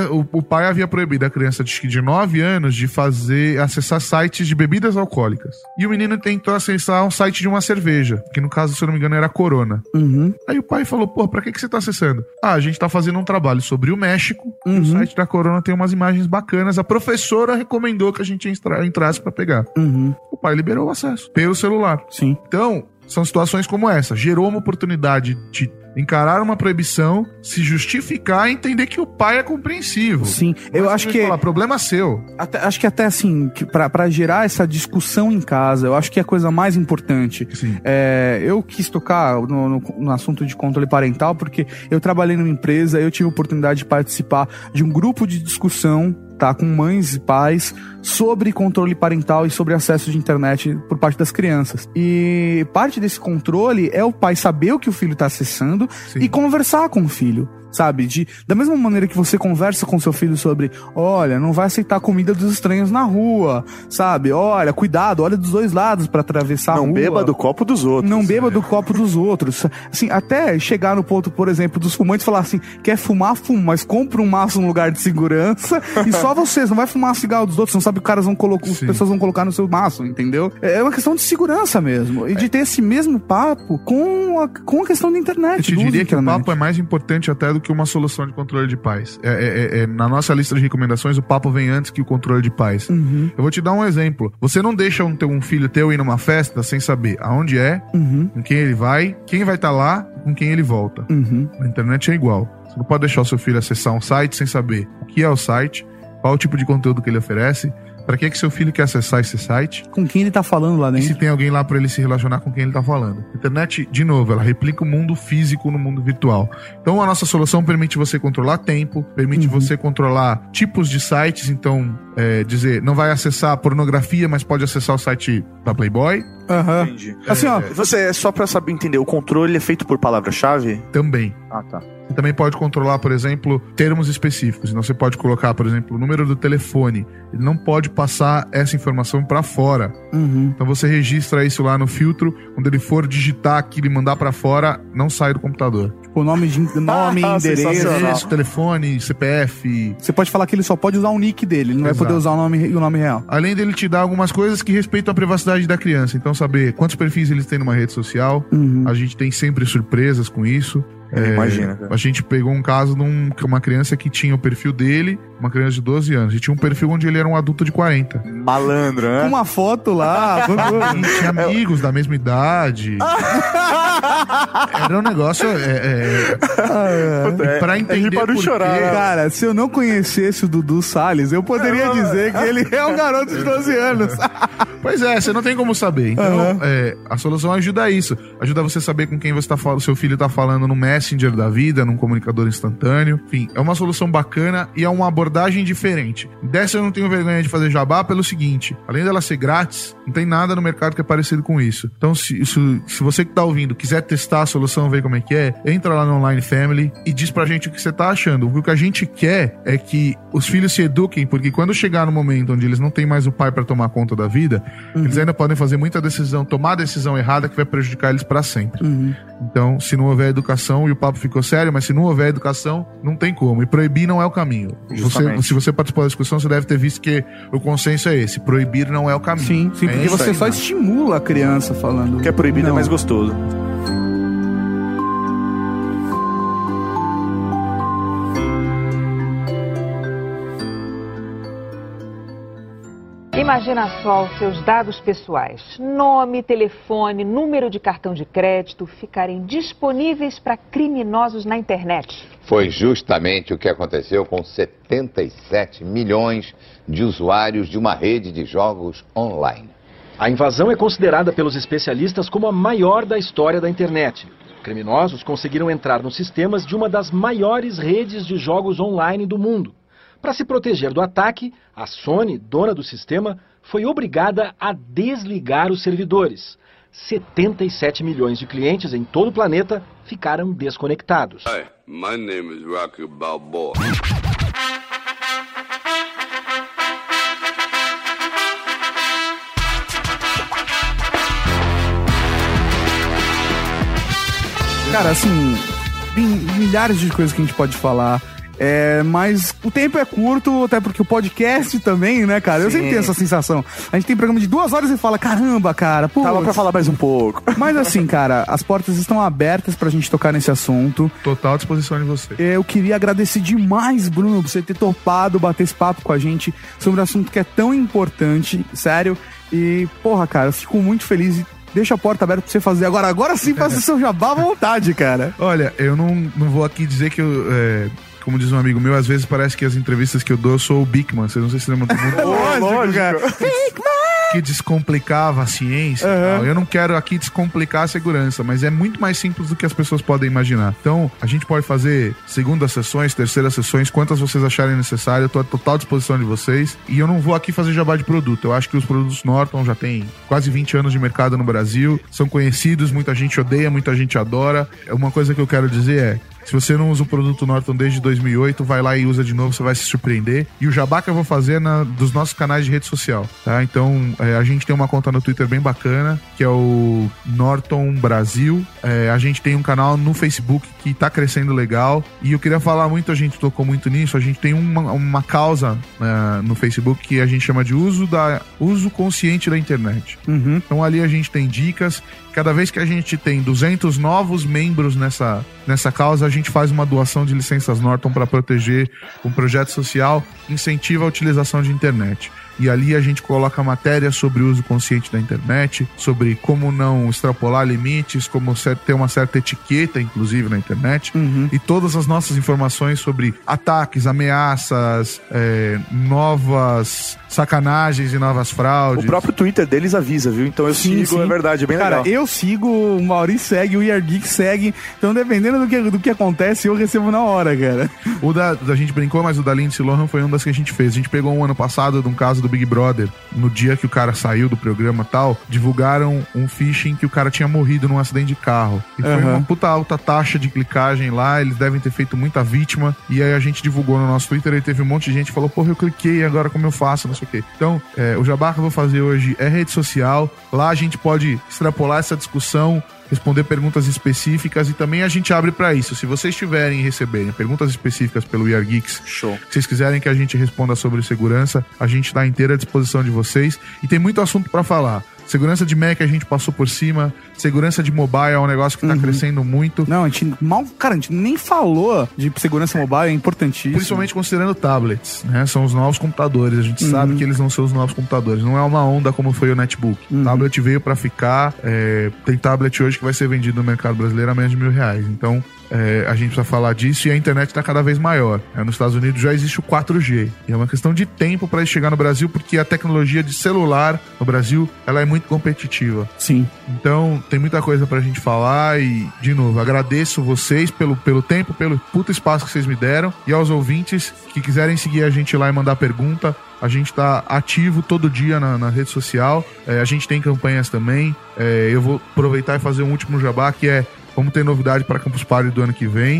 O pai havia proibido a criança de 9 anos de acessar sites de bebidas alcoólicas. E o menino tentou acessar um site de uma cerveja, que no caso, se eu não me engano, era Corona. Aí o pai falou, pô, pra que você tá acessando? A gente tá fazendo um trabalho sobre o México, e o site da Corona tem umas imagens bacanas, a professora recomendou que a gente entrasse pra pegar. O pai liberou o acesso pelo celular. Sim. Então, são situações como essa. Gerou uma oportunidade de encarar uma proibição, se justificar e entender que o pai é compreensivo. Sim, eu acho que... problema seu. Acho que até assim, pra gerar essa discussão em casa, eu acho que é a coisa mais importante. Sim. Eu quis tocar no assunto de controle parental, porque eu trabalhei numa empresa, eu tive a oportunidade de participar de um grupo de discussão, tá, com mães e pais, sobre controle parental e sobre acesso de internet por parte das crianças. E parte desse controle é o pai saber o que o filho tá acessando e conversar com o filho. Sabe, da mesma maneira que você conversa com seu filho sobre, olha, não vai aceitar comida dos estranhos na rua, sabe, olha, cuidado, olha dos dois lados pra atravessar a rua. Não beba do copo dos outros. Não beba do copo dos outros. Assim, até chegar no ponto, por exemplo, dos fumantes falar assim, quer fumar, fuma, mas compra um maço no lugar de segurança e só vocês, não vai fumar cigarro dos outros, não sabe que as pessoas vão colocar no seu maço, entendeu? É uma questão de segurança mesmo, e de ter esse mesmo papo com a questão da internet. Eu te diria que o papo é mais importante até do que uma solução de controle de paz. Na nossa lista de recomendações, o papo vem antes que o controle de paz. Eu vou te dar um exemplo. Você não deixa um filho teu ir numa festa sem saber aonde é, com quem ele vai, quem vai estar lá, com quem ele volta. Na internet é igual. Você não pode deixar o seu filho acessar um site sem saber o que é o site, qual o tipo de conteúdo que ele oferece, pra que seu filho quer acessar esse site, com quem ele tá falando lá dentro, e se tem alguém lá pra ele se relacionar com quem ele tá falando. A internet, de novo, ela replica o mundo físico no mundo virtual. Então a nossa solução permite você controlar tempo, permite você controlar tipos de sites. Então, dizer, não vai acessar pornografia, mas pode acessar o site da Playboy. Entendi. Assim, só pra saber entender, o controle é feito por palavra-chave? Também. Ah, tá. Você também pode controlar, por exemplo, termos específicos. Então você pode colocar, por exemplo, o número do telefone. Ele não pode passar essa informação pra fora. Então você registra isso lá no filtro. Quando ele for digitar aquilo e mandar pra fora, não sai do computador. Tipo, nome, endereço, telefone, CPF. Você pode falar que ele só pode usar o nick dele. Ele não vai poder usar o nome real. Além dele te dar algumas coisas que respeitam a privacidade da criança. Então saber quantos perfis eles têm numa rede social. A gente tem sempre surpresas com isso. Imagina, cara. A gente pegou um caso de uma criança que tinha o perfil dele, uma criança de 12 anos, e tinha um perfil onde ele era um adulto de 40. Malandro, né? Com uma foto lá. Tinha amigos da mesma idade. Era um negócio... pra entender para por chorar, quê. Cara, se eu não conhecesse o Dudu Salles, eu poderia dizer que ele é um garoto de 12 anos. Pois é, você não tem como saber. Então, a solução ajuda a isso. Ajuda você a saber com quem você tá falando, seu filho tá falando no Messenger da vida, num comunicador instantâneo. Enfim, é uma solução bacana e é uma abordagem diferente. Dessa eu não tenho vergonha de fazer jabá pelo seguinte: além dela ser grátis, não tem nada no mercado que é parecido com isso. Então, se você que tá ouvindo quiser testar a solução, ver como é que é, entra lá no Online Family e diz pra gente o que você tá achando. O que a gente quer é que os filhos se eduquem, porque quando chegar no momento onde eles não têm mais o pai pra tomar conta da vida, eles ainda podem fazer muita decisão, tomar a decisão errada que vai prejudicar eles pra sempre. Então, se não houver educação, e o papo ficou sério, mas se não houver educação, não tem como. E proibir não é o caminho. Se você participou da discussão, você deve ter visto que o consenso é esse: proibir não é o caminho. Sim, porque você só estimula a criança falando. O que é proibido é mais gostoso. Imagina só os seus dados pessoais, nome, telefone, número de cartão de crédito, ficarem disponíveis para criminosos na internet. Foi justamente o que aconteceu com 77 milhões de usuários de uma rede de jogos online. A invasão é considerada pelos especialistas como a maior da história da internet. Criminosos conseguiram entrar nos sistemas de uma das maiores redes de jogos online do mundo. Para se proteger do ataque, a Sony, dona do sistema, foi obrigada a desligar os servidores. 77 milhões de clientes em todo o planeta ficaram desconectados. Hi, my name is Rocky Balboa. Cara, assim, tem milhares de coisas que a gente pode falar. Mas o tempo é curto, até porque o podcast também, né, cara? Eu sempre tenho essa sensação. A gente tem programa de 2 horas e fala, caramba, cara, pô. Tava pra falar mais um pouco. Mas assim, cara, as portas estão abertas pra gente tocar nesse assunto. Total disposição de você. Eu queria agradecer demais, Bruno, por você ter topado bater esse papo com a gente sobre um assunto que é tão importante, sério. E, porra, cara, eu fico muito feliz e deixa a porta aberta pra você fazer. Agora sim, faça o seu jabá à vontade, cara. Olha, eu não vou aqui dizer que eu... como diz um amigo meu, às vezes parece que as entrevistas que eu dou, eu sou o Bigman. Vocês não sei se lembram do mundo. Lógico, cara. Que descomplicava a ciência. Eu não quero aqui descomplicar a segurança, mas é muito mais simples do que as pessoas podem imaginar. Então, a gente pode fazer segundas sessões, terceiras sessões, quantas vocês acharem necessário. Eu tô à total disposição de vocês. E eu não vou aqui fazer jabá de produto. Eu acho que os produtos Norton já têm quase 20 anos de mercado no Brasil. São conhecidos, muita gente odeia, muita gente adora. Uma coisa que eu quero dizer é: se você não usa o produto Norton desde 2008, vai lá e usa de novo, você vai se surpreender. E o jabá que eu vou fazer é dos nossos canais de rede social, tá? Então, a gente tem uma conta no Twitter bem bacana, que é o Norton Brasil. A gente tem um canal no Facebook que tá crescendo legal. E eu queria falar muito, a gente tocou muito nisso, a gente tem uma causa no Facebook que a gente chama de uso consciente da internet. Então ali a gente tem dicas. Cada vez que a gente tem 200 novos membros nessa causa, a gente faz uma doação de licenças Norton para proteger um projeto social, incentiva a utilização de internet. E ali a gente coloca matéria sobre o uso consciente da internet, sobre como não extrapolar limites, como ter uma certa etiqueta, inclusive, na internet. E todas as nossas informações sobre ataques, ameaças, novas sacanagens e novas fraudes. O próprio Twitter deles avisa, viu? Então eu sigo, é verdade, é bem legal. Cara, eu sigo, o Maurício segue, o Year Geek segue. Então, dependendo do que acontece, eu recebo na hora, cara. O da gente brincou, mas o da Lindsay Lohan foi um das que a gente fez. A gente pegou um ano passado de um caso do Big Brother. No dia que o cara saiu do programa e tal, divulgaram um phishing que o cara tinha morrido num acidente de carro. E foi uma puta alta taxa de clicagem lá, eles devem ter feito muita vítima. E aí a gente divulgou no nosso Twitter e teve um monte de gente que falou, porra, eu cliquei, agora como eu faço, não sei o quê. Então, o jabá que eu vou fazer hoje é rede social. Lá a gente pode extrapolar essa discussão, responder perguntas específicas e também a gente abre pra isso. Se vocês tiverem e receberem perguntas específicas pelo We Are Geeks, show. Se vocês quiserem que a gente responda sobre segurança, a gente tá inteira à disposição de vocês e tem muito assunto pra falar. Segurança de Mac a gente passou por cima. Segurança de mobile é um negócio que tá crescendo muito. Não, a gente nem falou de segurança mobile, é importantíssimo. Principalmente considerando tablets, né? São os novos computadores. A gente sabe que eles vão ser os novos computadores. Não é uma onda como foi o netbook. Tablet veio pra ficar. Tem tablet hoje que vai ser vendido no mercado brasileiro a menos de R$1.000. Então, a gente precisa falar disso e a internet está cada vez maior. Nos Estados Unidos já existe o 4G. E é uma questão de tempo para isso chegar no Brasil, porque a tecnologia de celular no Brasil, ela é muito competitiva. Sim. Então, tem muita coisa pra gente falar e, de novo, agradeço vocês pelo tempo, pelo puto espaço que vocês me deram e aos ouvintes que quiserem seguir a gente lá e mandar pergunta. A gente tá ativo todo dia na rede social. A gente tem campanhas também. Eu vou aproveitar e fazer um último jabá, que é: vamos ter novidade para Campus Party do ano que vem.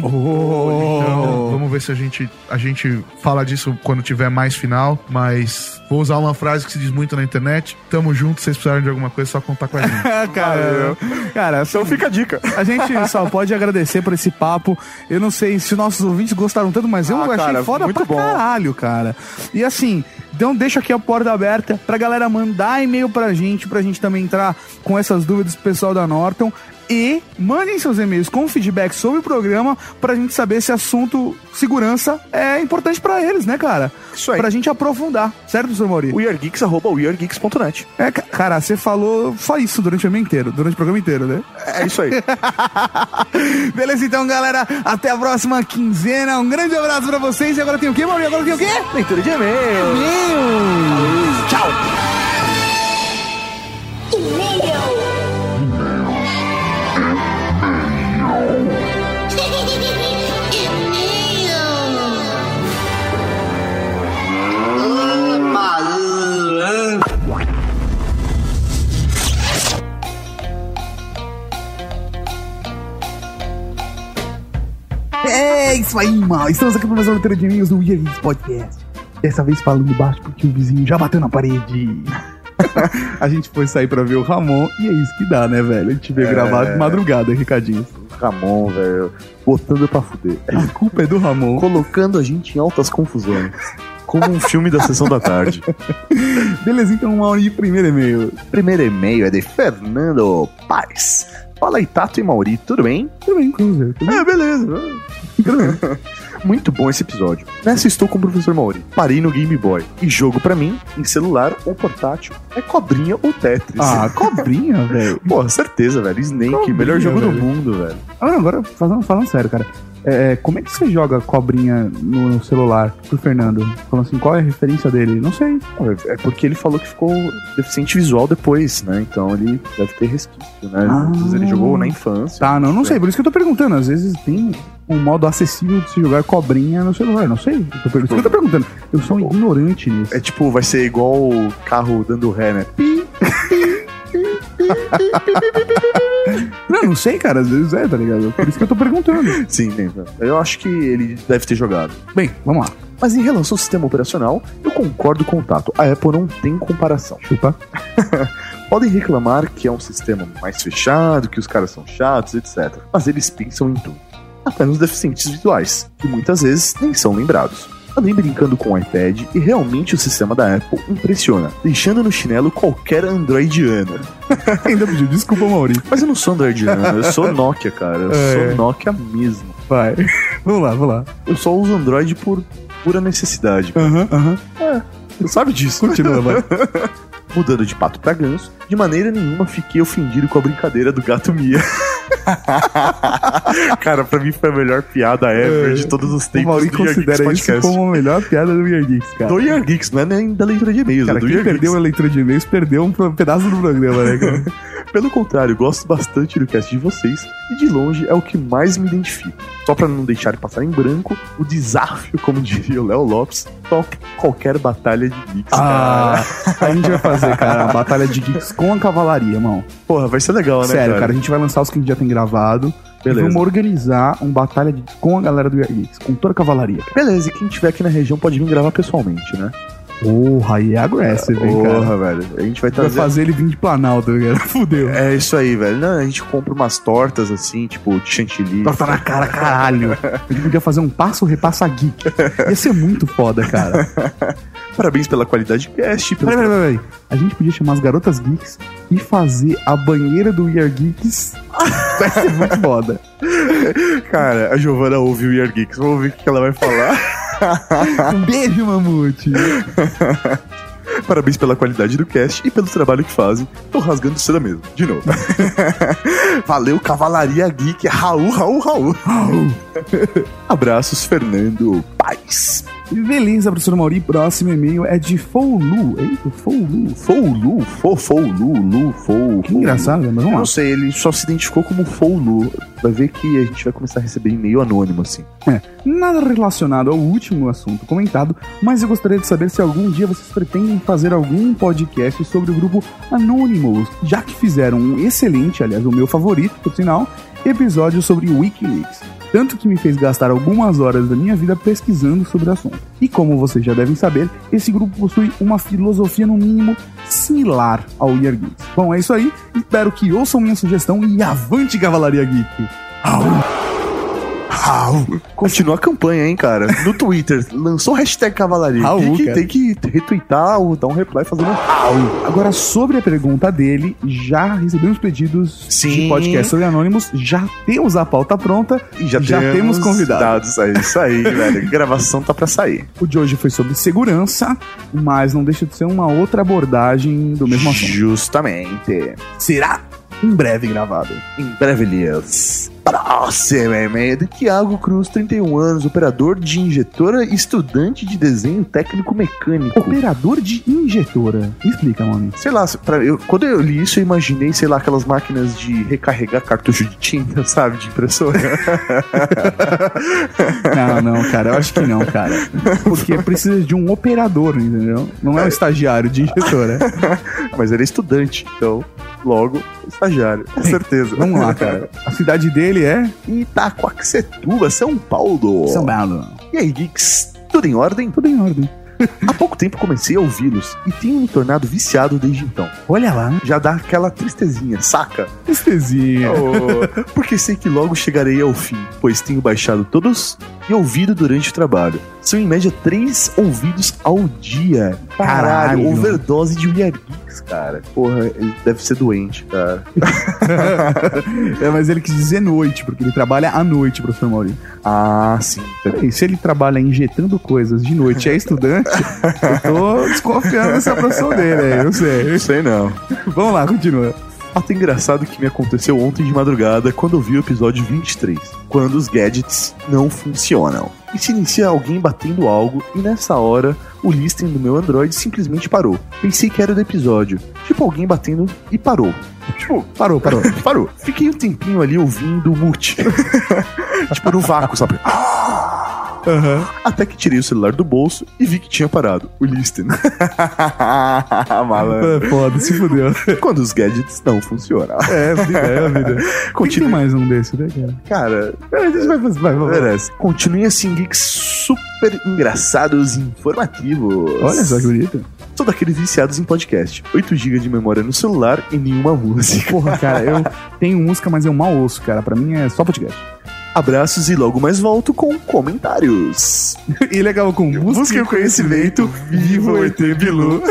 Então, vamos ver se a gente fala disso quando tiver mais final. Mas vou usar uma frase que se diz muito na internet: tamo junto, se vocês precisarem de alguma coisa, é só contar com a gente. Cara, então fica a dica. A gente só pode agradecer por esse papo. Eu não sei se nossos ouvintes gostaram tanto, mas eu achei foda pra caralho, cara. E assim, então deixa aqui a porta aberta pra galera mandar e-mail pra gente também entrar com essas dúvidas pro pessoal da Norton. E mandem seus e-mails com feedback sobre o programa pra gente saber se assunto segurança é importante pra eles, né, cara? Isso aí. Pra gente aprofundar, certo, Sr. Mauri? weargeeks@weargeeks.net. Cara, você falou só isso durante o programa inteiro, né? É isso aí. Beleza, então, galera, até a próxima quinzena. Um grande abraço pra vocês. E agora tem o quê, Mauri? Agora tem o quê? Leitura de e-mail. Tchau. É isso aí, mal. Estamos aqui para mais uma leitura de e-mails do We Are Geeks Podcast. Dessa vez falando baixo porque o vizinho já bateu na parede. A gente foi sair pra ver o Ramon e é isso que dá, né, velho? A gente veio gravar de madrugada, recadinhos. Ramon, velho, botando pra fuder. A culpa é do Ramon. Colocando a gente em altas confusões. Como um filme da Sessão da Tarde. Beleza, então, Mauri, primeiro e-mail. Primeiro e-mail é de Fernando Paes. Fala aí, Tato e Mauri, tudo bem? Tudo bem, Cruzeiro. Beleza. Muito bom esse episódio. Nessa estou com o professor Mauri. Parei no Game Boy. E jogo pra mim, em celular ou portátil, é Cobrinha ou Tetris. Ah, Cobrinha, velho. Porra, certeza, velho. Snake, Cobrinha, melhor jogo do mundo, velho. Agora, falando sério, cara. Como é que você joga Cobrinha no celular pro Fernando? Falando assim, qual é a referência dele? Não sei. É porque ele falou que ficou deficiente visual depois, né? Então ele deve ter resquício, né? Às vezes ele jogou na infância. Tá, não sei. Por isso que eu tô perguntando. Às vezes tem um modo acessível de se jogar Cobrinha no celular. Não sei. Por isso que eu tô perguntando. Eu sou um ignorante nisso. É tipo, vai ser igual o carro dando ré, né? Não sei, cara. Às vezes tá ligado? Por isso que eu tô perguntando. Sim, eu acho que ele deve ter jogado. Bem, vamos lá. Mas em relação ao sistema operacional, eu concordo com o Tato. A Apple não tem comparação. Chupa. Podem reclamar que é um sistema mais fechado, que os caras são chatos, etc. Mas eles pensam em tudo. Até nos deficientes visuais, que muitas vezes nem são lembrados. Andei brincando com o iPad e realmente o sistema da Apple impressiona, deixando no chinelo qualquer androidiano. Ainda pediu desculpa, Maurício. Mas eu não sou androidiano, eu sou Nokia, cara. Eu sou Nokia mesmo. Vai. Vamos lá. Eu só uso Android por pura necessidade. Você sabe disso. Continua, vai. Mudando de pato pra ganso, de maneira nenhuma fiquei ofendido com a brincadeira do gato Mia. Cara, pra mim foi a melhor piada ever de todos os tempos. O Mauri considera isso como a melhor piada do We Are Geeks, cara. Do We Are Geeks, não é nem da leitura de e-mails. Cara, quem perdeu a leitura de e-mails perdeu um pedaço do programa, né, cara? Pelo contrário, gosto bastante do cast de vocês e de longe é o que mais me identifica. Só pra não deixar passar em branco, o desafio, como diria o Léo Lopes, toque qualquer batalha de geeks, cara. A gente vai fazer, cara, a batalha de geeks com a cavalaria, irmão. Porra, vai ser legal, né, Sério, cara, a gente vai lançar os que a gente já tem gravado. Beleza. E vamos organizar uma batalha de geeks com a galera do We Are Geeks, com toda a cavalaria. Beleza, e quem tiver aqui na região pode vir gravar pessoalmente, né? Porra, aí é aggressive, hein, cara. Porra, velho. A gente vai fazer ele vir de Planalto, cara. Fudeu. É isso aí, velho. Não, a gente compra umas tortas assim, tipo, de chantilly. Torta na cara, caralho. A gente podia fazer um passo-repassa geek. Ia ser muito foda, cara. Parabéns pela qualidade do cast. Peraí. A gente podia chamar as garotas geeks e fazer a banheira do We Are Geeks. Vai ser muito foda. Cara, a Giovana ouve o We Are Geeks. Vamos ver o que ela vai falar. Um beijo, Mamute. Parabéns pela qualidade do cast e pelo trabalho que fazem. Tô rasgando seda mesmo, de novo. Valeu, Cavalaria Geek. Raul. Abraços, Fernando Paes. Beleza, professor Mauri. Próximo e-mail é de Foulu. Eita, Foulu. Que engraçado, mas vamos lá. Não sei, ele só se identificou como Foulu. Vai ver que a gente vai começar a receber e-mail anônimo, assim. Nada relacionado ao último assunto comentado, mas eu gostaria de saber se algum dia vocês pretendem fazer algum podcast sobre o grupo Anonymous, já que fizeram um excelente, aliás, o meu favorito, por sinal, episódio sobre Wikileaks. Tanto que me fez gastar algumas horas da minha vida pesquisando sobre o assunto. E como vocês já devem saber, esse grupo possui uma filosofia no mínimo similar ao We Are Geeks. Bom, é isso aí. Espero que ouçam minha sugestão e avante, Cavalaria Geek! Continua a campanha, hein, cara. No Twitter, lançou o hashtag Cavalaria. Tem que retweetar ou dar um reply fazendo Raul. Agora, sobre a pergunta dele, já recebemos pedidos de podcast sobre Anonymous, já temos a pauta pronta e já temos convidados. Isso aí, velho. A gravação tá pra sair. O de hoje foi sobre segurança, mas não deixa de ser uma outra abordagem do mesmo assunto. Justamente. Será em breve gravado. Em breve, Elias. Próximo e-mail de Thiago Cruz, 31 anos, operador de injetora, estudante de desenho técnico mecânico. Operador de injetora? Me explica, mano. Sei lá, quando eu li isso, eu imaginei, sei lá, aquelas máquinas de recarregar cartucho de tinta, sabe, de impressora. Não, cara, eu acho que não, cara. Porque precisa de um operador, entendeu? Não é um estagiário de injetora. Mas ele é estudante, então, logo, estagiário, com certeza. Vamos lá, cara. A cidade dele é Itaquaquecetuba, São Paulo. E aí, geeks? Tudo em ordem? Tudo em ordem. Há pouco tempo comecei a ouvi-los e tenho me tornado viciado desde então. Olha lá. Já dá aquela tristezinha, saca? Tristezinha. Porque sei que logo chegarei ao fim, pois tenho baixado todos e ouvido durante o trabalho. São em média 3 ouvidos ao dia. Caralho. Overdose de We Are Geeks, cara. Porra, ele deve ser doente, cara. Mas ele quis dizer noite, porque ele trabalha à noite, professor Maurinho. Ah, sim. Peraí, se ele trabalha injetando coisas de noite e é estudante, eu tô desconfiando dessa profissão dele aí, eu sei. Sei não. Vamos lá, continua. Fato engraçado que me aconteceu ontem de madrugada quando eu vi o episódio 23, quando os gadgets não funcionam. E se inicia alguém batendo algo e nessa hora o listening do meu Android simplesmente parou. Pensei que era do episódio, tipo alguém batendo e parou. Tipo, parou. Fiquei um tempinho ali ouvindo o mute. Tipo no vácuo, sabe? Até que tirei o celular do bolso e vi que tinha parado o listening. Malandro. Foda, se fudeu. Quando os gadgets não funcionam. É a vida. Continue mais um desse, né, cara? Cara, a gente vai. Continue assim, geeks super engraçados e informativos. Olha só que bonito. Sou daqueles viciados em podcast. 8 GB de memória no celular e nenhuma música. Porra, cara, eu tenho música, mas eu mal ouço, cara. Pra mim é só podcast. Abraços e logo mais volto com comentários. E legal com Busque o conhecimento, viva o ET Bilu.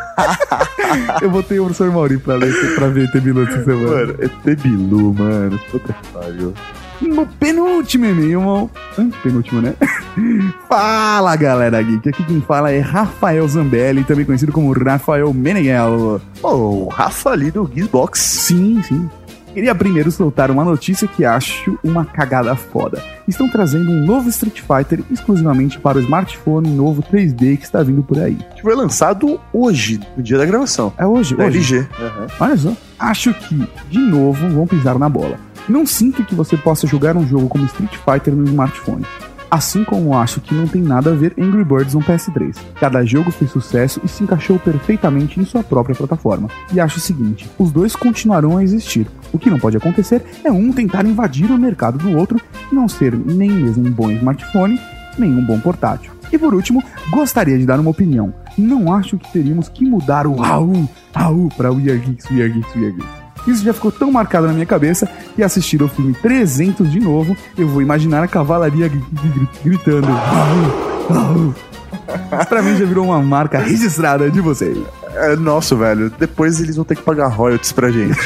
Eu botei o professor Maurinho pra ver ET Bilu essa semana. Mano, ET Bilu, mano. Puta que pariu. No penúltimo e-mail, penúltimo, né? Fala, galera geek. Aqui quem fala é Rafael Zambelli, também conhecido como Rafael Meneghel. O Rafa ali do Geekbox. Sim. Queria primeiro soltar uma notícia que acho uma cagada foda. Estão trazendo um novo Street Fighter exclusivamente para o smartphone novo 3D que está vindo por aí. Que foi lançado hoje, no dia da gravação. É hoje? LG. Uhum. Olha só. Acho que, de novo, vão pisar na bola. Não sinto que você possa jogar um jogo como Street Fighter no smartphone. Assim como acho que não tem nada a ver Angry Birds no PS3. Cada jogo fez sucesso e se encaixou perfeitamente em sua própria plataforma. E acho o seguinte, os dois continuarão a existir. O que não pode acontecer é um tentar invadir o mercado do outro e não ser nem mesmo um bom smartphone, nem um bom portátil. E por último, gostaria de dar uma opinião. Não acho que teríamos que mudar o Raul para We Are Geeks. Isso já ficou tão marcado na minha cabeça que assistir o filme 300 de novo, eu vou imaginar a cavalaria gritando Raul. Pra mim já virou uma marca registrada de vocês. Nossa, velho, depois eles vão ter que pagar royalties pra gente.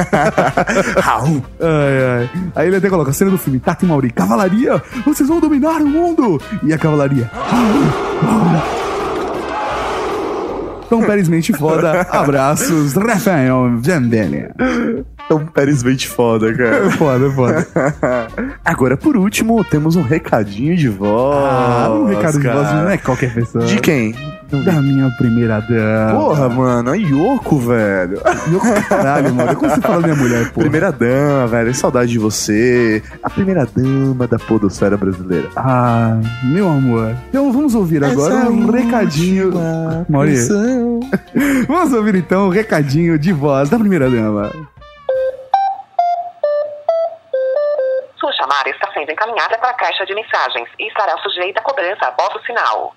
Raul. Aí ele até coloca a cena do filme, Tato e Mauri, cavalaria, vocês vão dominar o mundo. E a cavalaria, Raul. Tom Pérez Mente Foda, abraços, Rafael Zambelli. Tom Pérez Mente Foda, cara. Foda. Agora, por último, temos um recadinho de voz. Um recado de voz não é qualquer pessoa. De quem? Da minha primeira dama. Porra, mano, a Yoko, velho. Yoko, caralho, mano. Como você fala da minha mulher, porra? Primeira dama, velho. Saudade de você. A primeira dama da podosfera brasileira. Ah, meu amor. Então vamos ouvir agora um recadinho. Maurício. Vamos ouvir então um recadinho de voz da primeira dama. Sua chamada está sendo encaminhada para a caixa de mensagens e estará sujeita a cobrança após o sinal.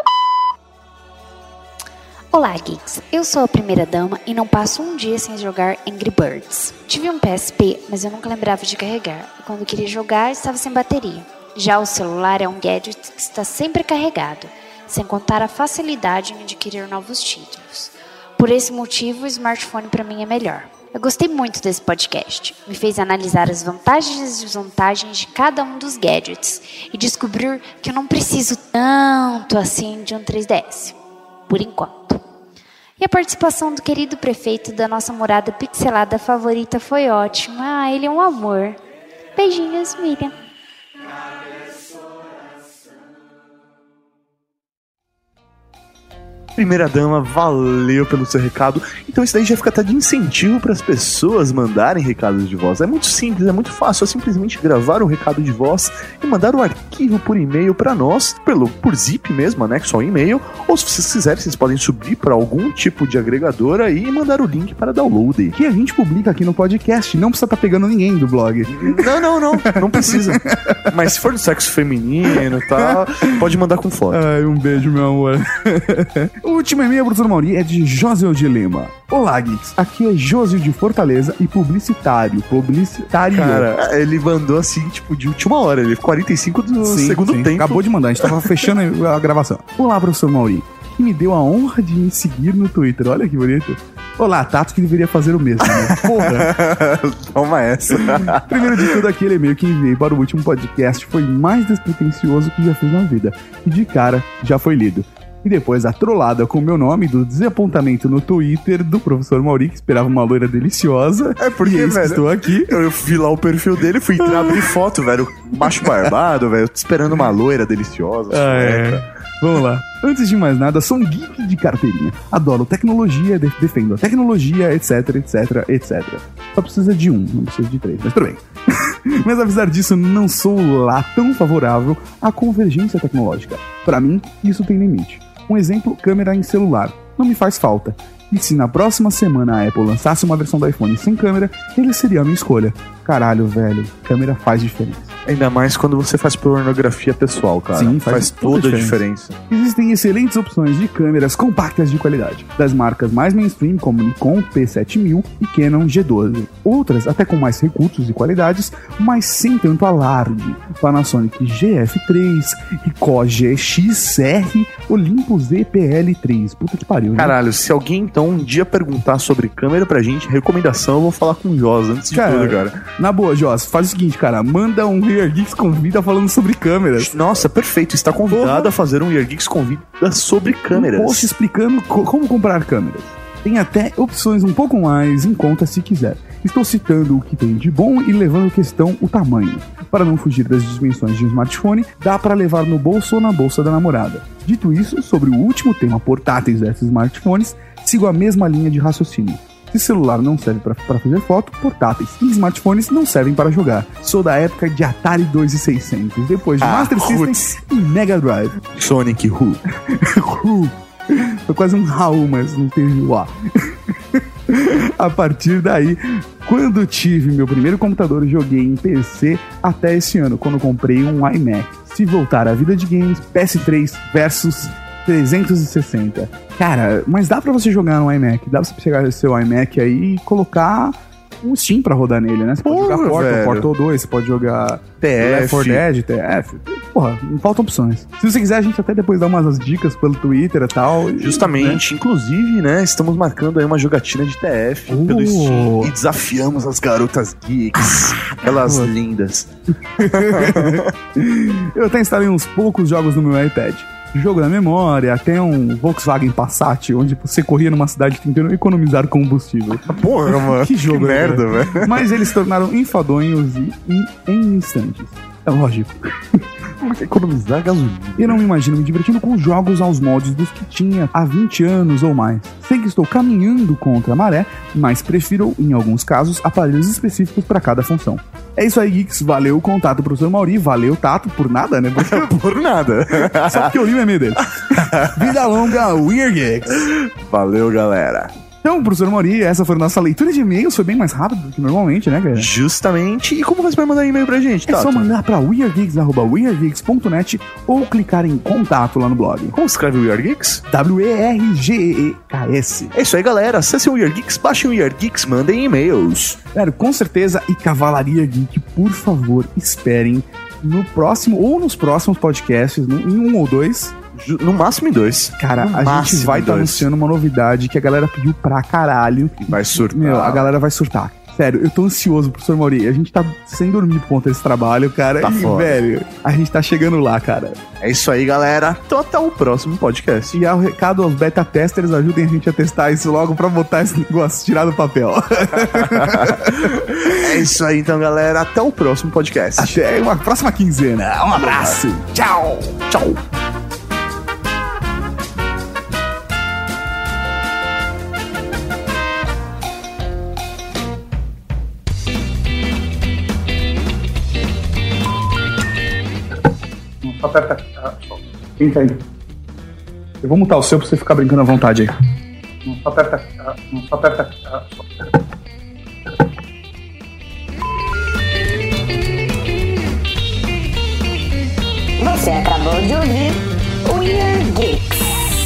Olá, geeks. Eu sou a primeira dama e não passo um dia sem jogar Angry Birds. Tive um PSP, mas eu nunca lembrava de carregar. E quando queria jogar, estava sem bateria. Já o celular é um gadget que está sempre carregado, sem contar a facilidade em adquirir novos títulos. Por esse motivo, o smartphone para mim é melhor. Eu gostei muito desse podcast. Me fez analisar as vantagens e as desvantagens de cada um dos gadgets e descobrir que eu não preciso tanto assim de um 3DS, por enquanto. E a participação do querido prefeito da nossa morada pixelada favorita foi ótima. Ele é um amor. Beijinhos, Miriam. Primeira dama, valeu pelo seu recado. Então isso daí já fica até de incentivo para as pessoas mandarem recados de voz. É muito simples, é muito fácil. É simplesmente gravar um recado de voz e mandar o arquivo por e-mail para nós, por zip mesmo, anexo ao e-mail. Ou se vocês quiserem, vocês podem subir para algum tipo de agregador aí e mandar o link para download. Que a gente publica aqui no podcast. Não precisa estar pegando ninguém do blog. Não precisa. Mas se for do sexo feminino e tal, pode mandar com foto. Ai, um beijo, meu amor. O último e-mail, professor Mauri, é de José de Lima. Olá, geeks. Aqui é José de Fortaleza e publicitário. Cara, ele mandou assim, tipo, de última hora. Ele 45 do segundo tempo. Acabou de mandar, a gente tava fechando a gravação. Olá, professor Mauri, que me deu a honra de me seguir no Twitter. Olha que bonito. Olá, Tato, que deveria fazer o mesmo, né? Porra. Toma essa. Primeiro de tudo, aquele e-mail que enviei para o último podcast foi mais despretensioso que já fiz na vida. E de cara, já foi lido. E depois a trollada com o meu nome do desapontamento no Twitter do professor Mauri, que esperava uma loira deliciosa. É porque, velho, estou aqui. Eu vi lá o perfil dele, fui entrar, abrir foto, velho. Macho barbado, velho, esperando uma loira deliciosa. Vamos lá. Antes de mais nada, sou um geek de carteirinha. Adoro tecnologia, defendo a tecnologia, etc, etc, etc. Só precisa de um, não precisa de três, mas tudo bem. Mas apesar disso, não sou lá tão favorável à convergência tecnológica. Para mim, isso tem limite. Um exemplo, câmera em celular. Não me faz falta. E se na próxima semana a Apple lançasse uma versão do iPhone sem câmera, ele seria a minha escolha. Caralho, velho, câmera faz diferença. Ainda mais quando você faz pornografia pessoal, cara. Sim, faz toda a diferença. Existem excelentes opções de câmeras compactas de qualidade, das marcas mais mainstream como Nikon P7000 e Canon G12. Outras até com mais recursos e qualidades, mas sem tanto alarde. Panasonic GF3, Ricoh GXR, Olympus EPL3. Puta que pariu, né? Caralho, se alguém então um dia perguntar sobre câmera pra gente, recomendação, eu vou falar com o Jos antes de tudo, cara. Na boa, Jos, faz o seguinte, cara, manda um Year Geeks Convida falando sobre câmeras. Nossa, perfeito, está convidado a fazer um Year Geeks Convida sobre câmeras. Um post explicando como comprar câmeras. Tem até opções um pouco mais em conta se quiser. Estou citando o que tem de bom e levando em questão o tamanho. Para não fugir das dimensões de um smartphone, dá para levar no bolso ou na bolsa da namorada. Dito isso, sobre o último tema portáteis desses smartphones, sigo a mesma linha de raciocínio. Se celular não serve para fazer foto, portáteis e smartphones não servem para jogar. Sou da época de Atari 2600, depois de Master System e Mega Drive. Sonic Who. Foi quase um Raul, mas não teve o A. A partir daí, quando tive meu primeiro computador, joguei em PC até esse ano, quando comprei um iMac. Se voltar à vida de games, PS3 versus 360. Cara, mas dá pra você jogar no iMac. Dá pra você pegar seu iMac aí e colocar um Steam pra rodar nele, né? Você pode jogar Portal 2, você pode jogar Left 4 Dead, TF. Porra, não faltam opções. Se você quiser, a gente até depois dá umas dicas pelo Twitter e tal. Justamente, né? Inclusive, né? Estamos marcando aí uma jogatina de TF pelo Steam e desafiamos as garotas geeks. Aquelas lindas. Eu até instalei uns poucos jogos no meu iPad. Jogo da memória, até um Volkswagen Passat, onde você corria numa cidade tentando economizar combustível. Porra, mano. Que jogo, que merda, velho. Mas eles se tornaram enfadonhos em instantes. É lógico. Economizar gasolina. Eu não me imagino me divertindo com jogos aos moldes dos que tinha há 20 anos ou mais. Sei que estou caminhando contra a maré, mas prefiro, em alguns casos, aparelhos específicos para cada função. É isso aí, geeks. Valeu o contato, professor Mauri. Valeu, Tato, por nada, né? Por nada. Só porque eu li o e-mail dele. Vida longa, Weird Geeks. Valeu, galera. Então, professor Mauri, essa foi a nossa leitura de e-mails. Foi bem mais rápido do que normalmente, né, cara? Justamente. E como você vai mandar e-mail pra gente, Tato? É só mandar pra weirdgeeks@weirdgeeks.net ou clicar em contato lá no blog. Como escreve o Weird Geeks? WERGEEKS. É isso aí, galera. Acessem o Weird Geeks, baixem o Weird Geeks, mandem e-mails. Sério, com certeza. E Cavalaria Geek, por favor, esperem no próximo ou nos próximos podcasts, em um ou dois. No máximo em 2. Cara, a gente vai estar anunciando uma novidade que a galera pediu pra caralho. Vai surtar. Meu, a galera vai surtar. Sério, eu tô ansioso, professor Mauri. A gente tá sem dormir por conta desse trabalho, cara. Tá e, foda. velho, a gente tá chegando lá, cara. É isso aí, galera. Então até o próximo podcast. E ao recado aos beta testers, ajudem a gente a testar isso logo pra botar esse negócio, tirar do papel. É isso aí, então, galera. Até o próximo podcast. Até uma próxima quinzena. Um abraço. Tchau. Tchau. Aperta. Quem tá aí? Eu vou mutar o seu pra você ficar brincando à vontade aí. Só aperta. Você acabou de ouvir o Year Geeks.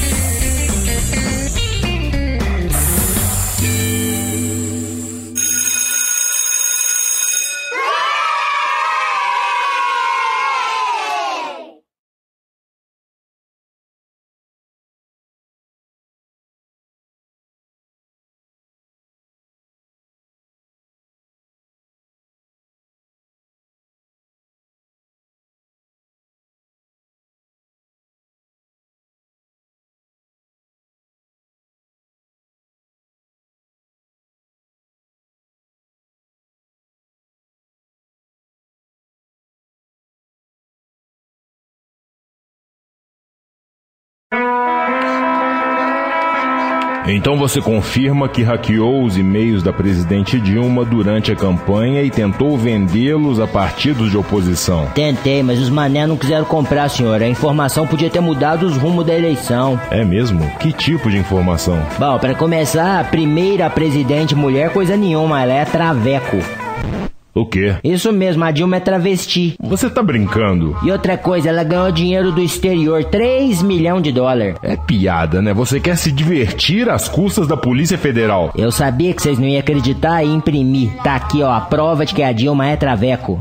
Então você confirma que hackeou os e-mails da presidente Dilma durante a campanha e tentou vendê-los a partidos de oposição. Tentei, mas os mané não quiseram comprar, senhor. A informação podia ter mudado os rumos da eleição. É mesmo? Que tipo de informação? Bom, pra começar, a primeira presidente mulher, coisa nenhuma, ela é traveco. O quê? Isso mesmo, a Dilma é travesti. Você tá brincando? E outra coisa, ela ganhou dinheiro do exterior, 3 milhões de dólares. É piada, né? Você quer se divertir às custas da Polícia Federal. Eu sabia que vocês não iam acreditar e imprimir. Tá aqui, ó, a prova de que a Dilma é traveco.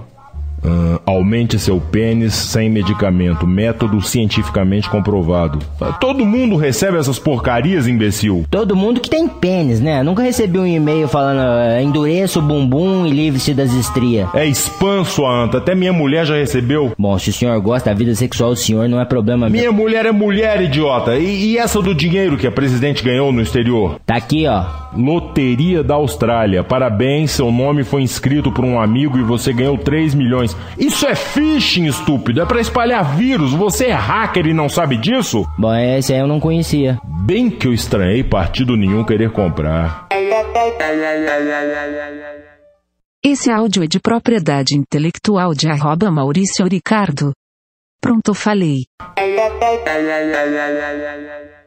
Aumente seu pênis sem medicamento. Método cientificamente comprovado. Todo mundo recebe essas porcarias, imbecil. Todo mundo que tem pênis, né? Nunca recebi um e-mail falando endureça o bumbum e livre-se das estrias. É spam, sua anta. Até minha mulher já recebeu. Bom, se o senhor gosta da vida sexual do senhor, não é problema meu. Minha mulher é mulher, idiota. E essa do dinheiro que a presidente ganhou no exterior? Tá aqui, ó. Loteria da Austrália. Parabéns, seu nome foi inscrito por um amigo e você ganhou 3 milhões. Isso é phishing, estúpido. É pra espalhar vírus. Você é hacker e não sabe disso? Bom, esse aí eu não conhecia. Bem que eu estranhei partido nenhum querer comprar. Esse áudio é de propriedade intelectual de @Maurício Ricardo. Pronto, falei.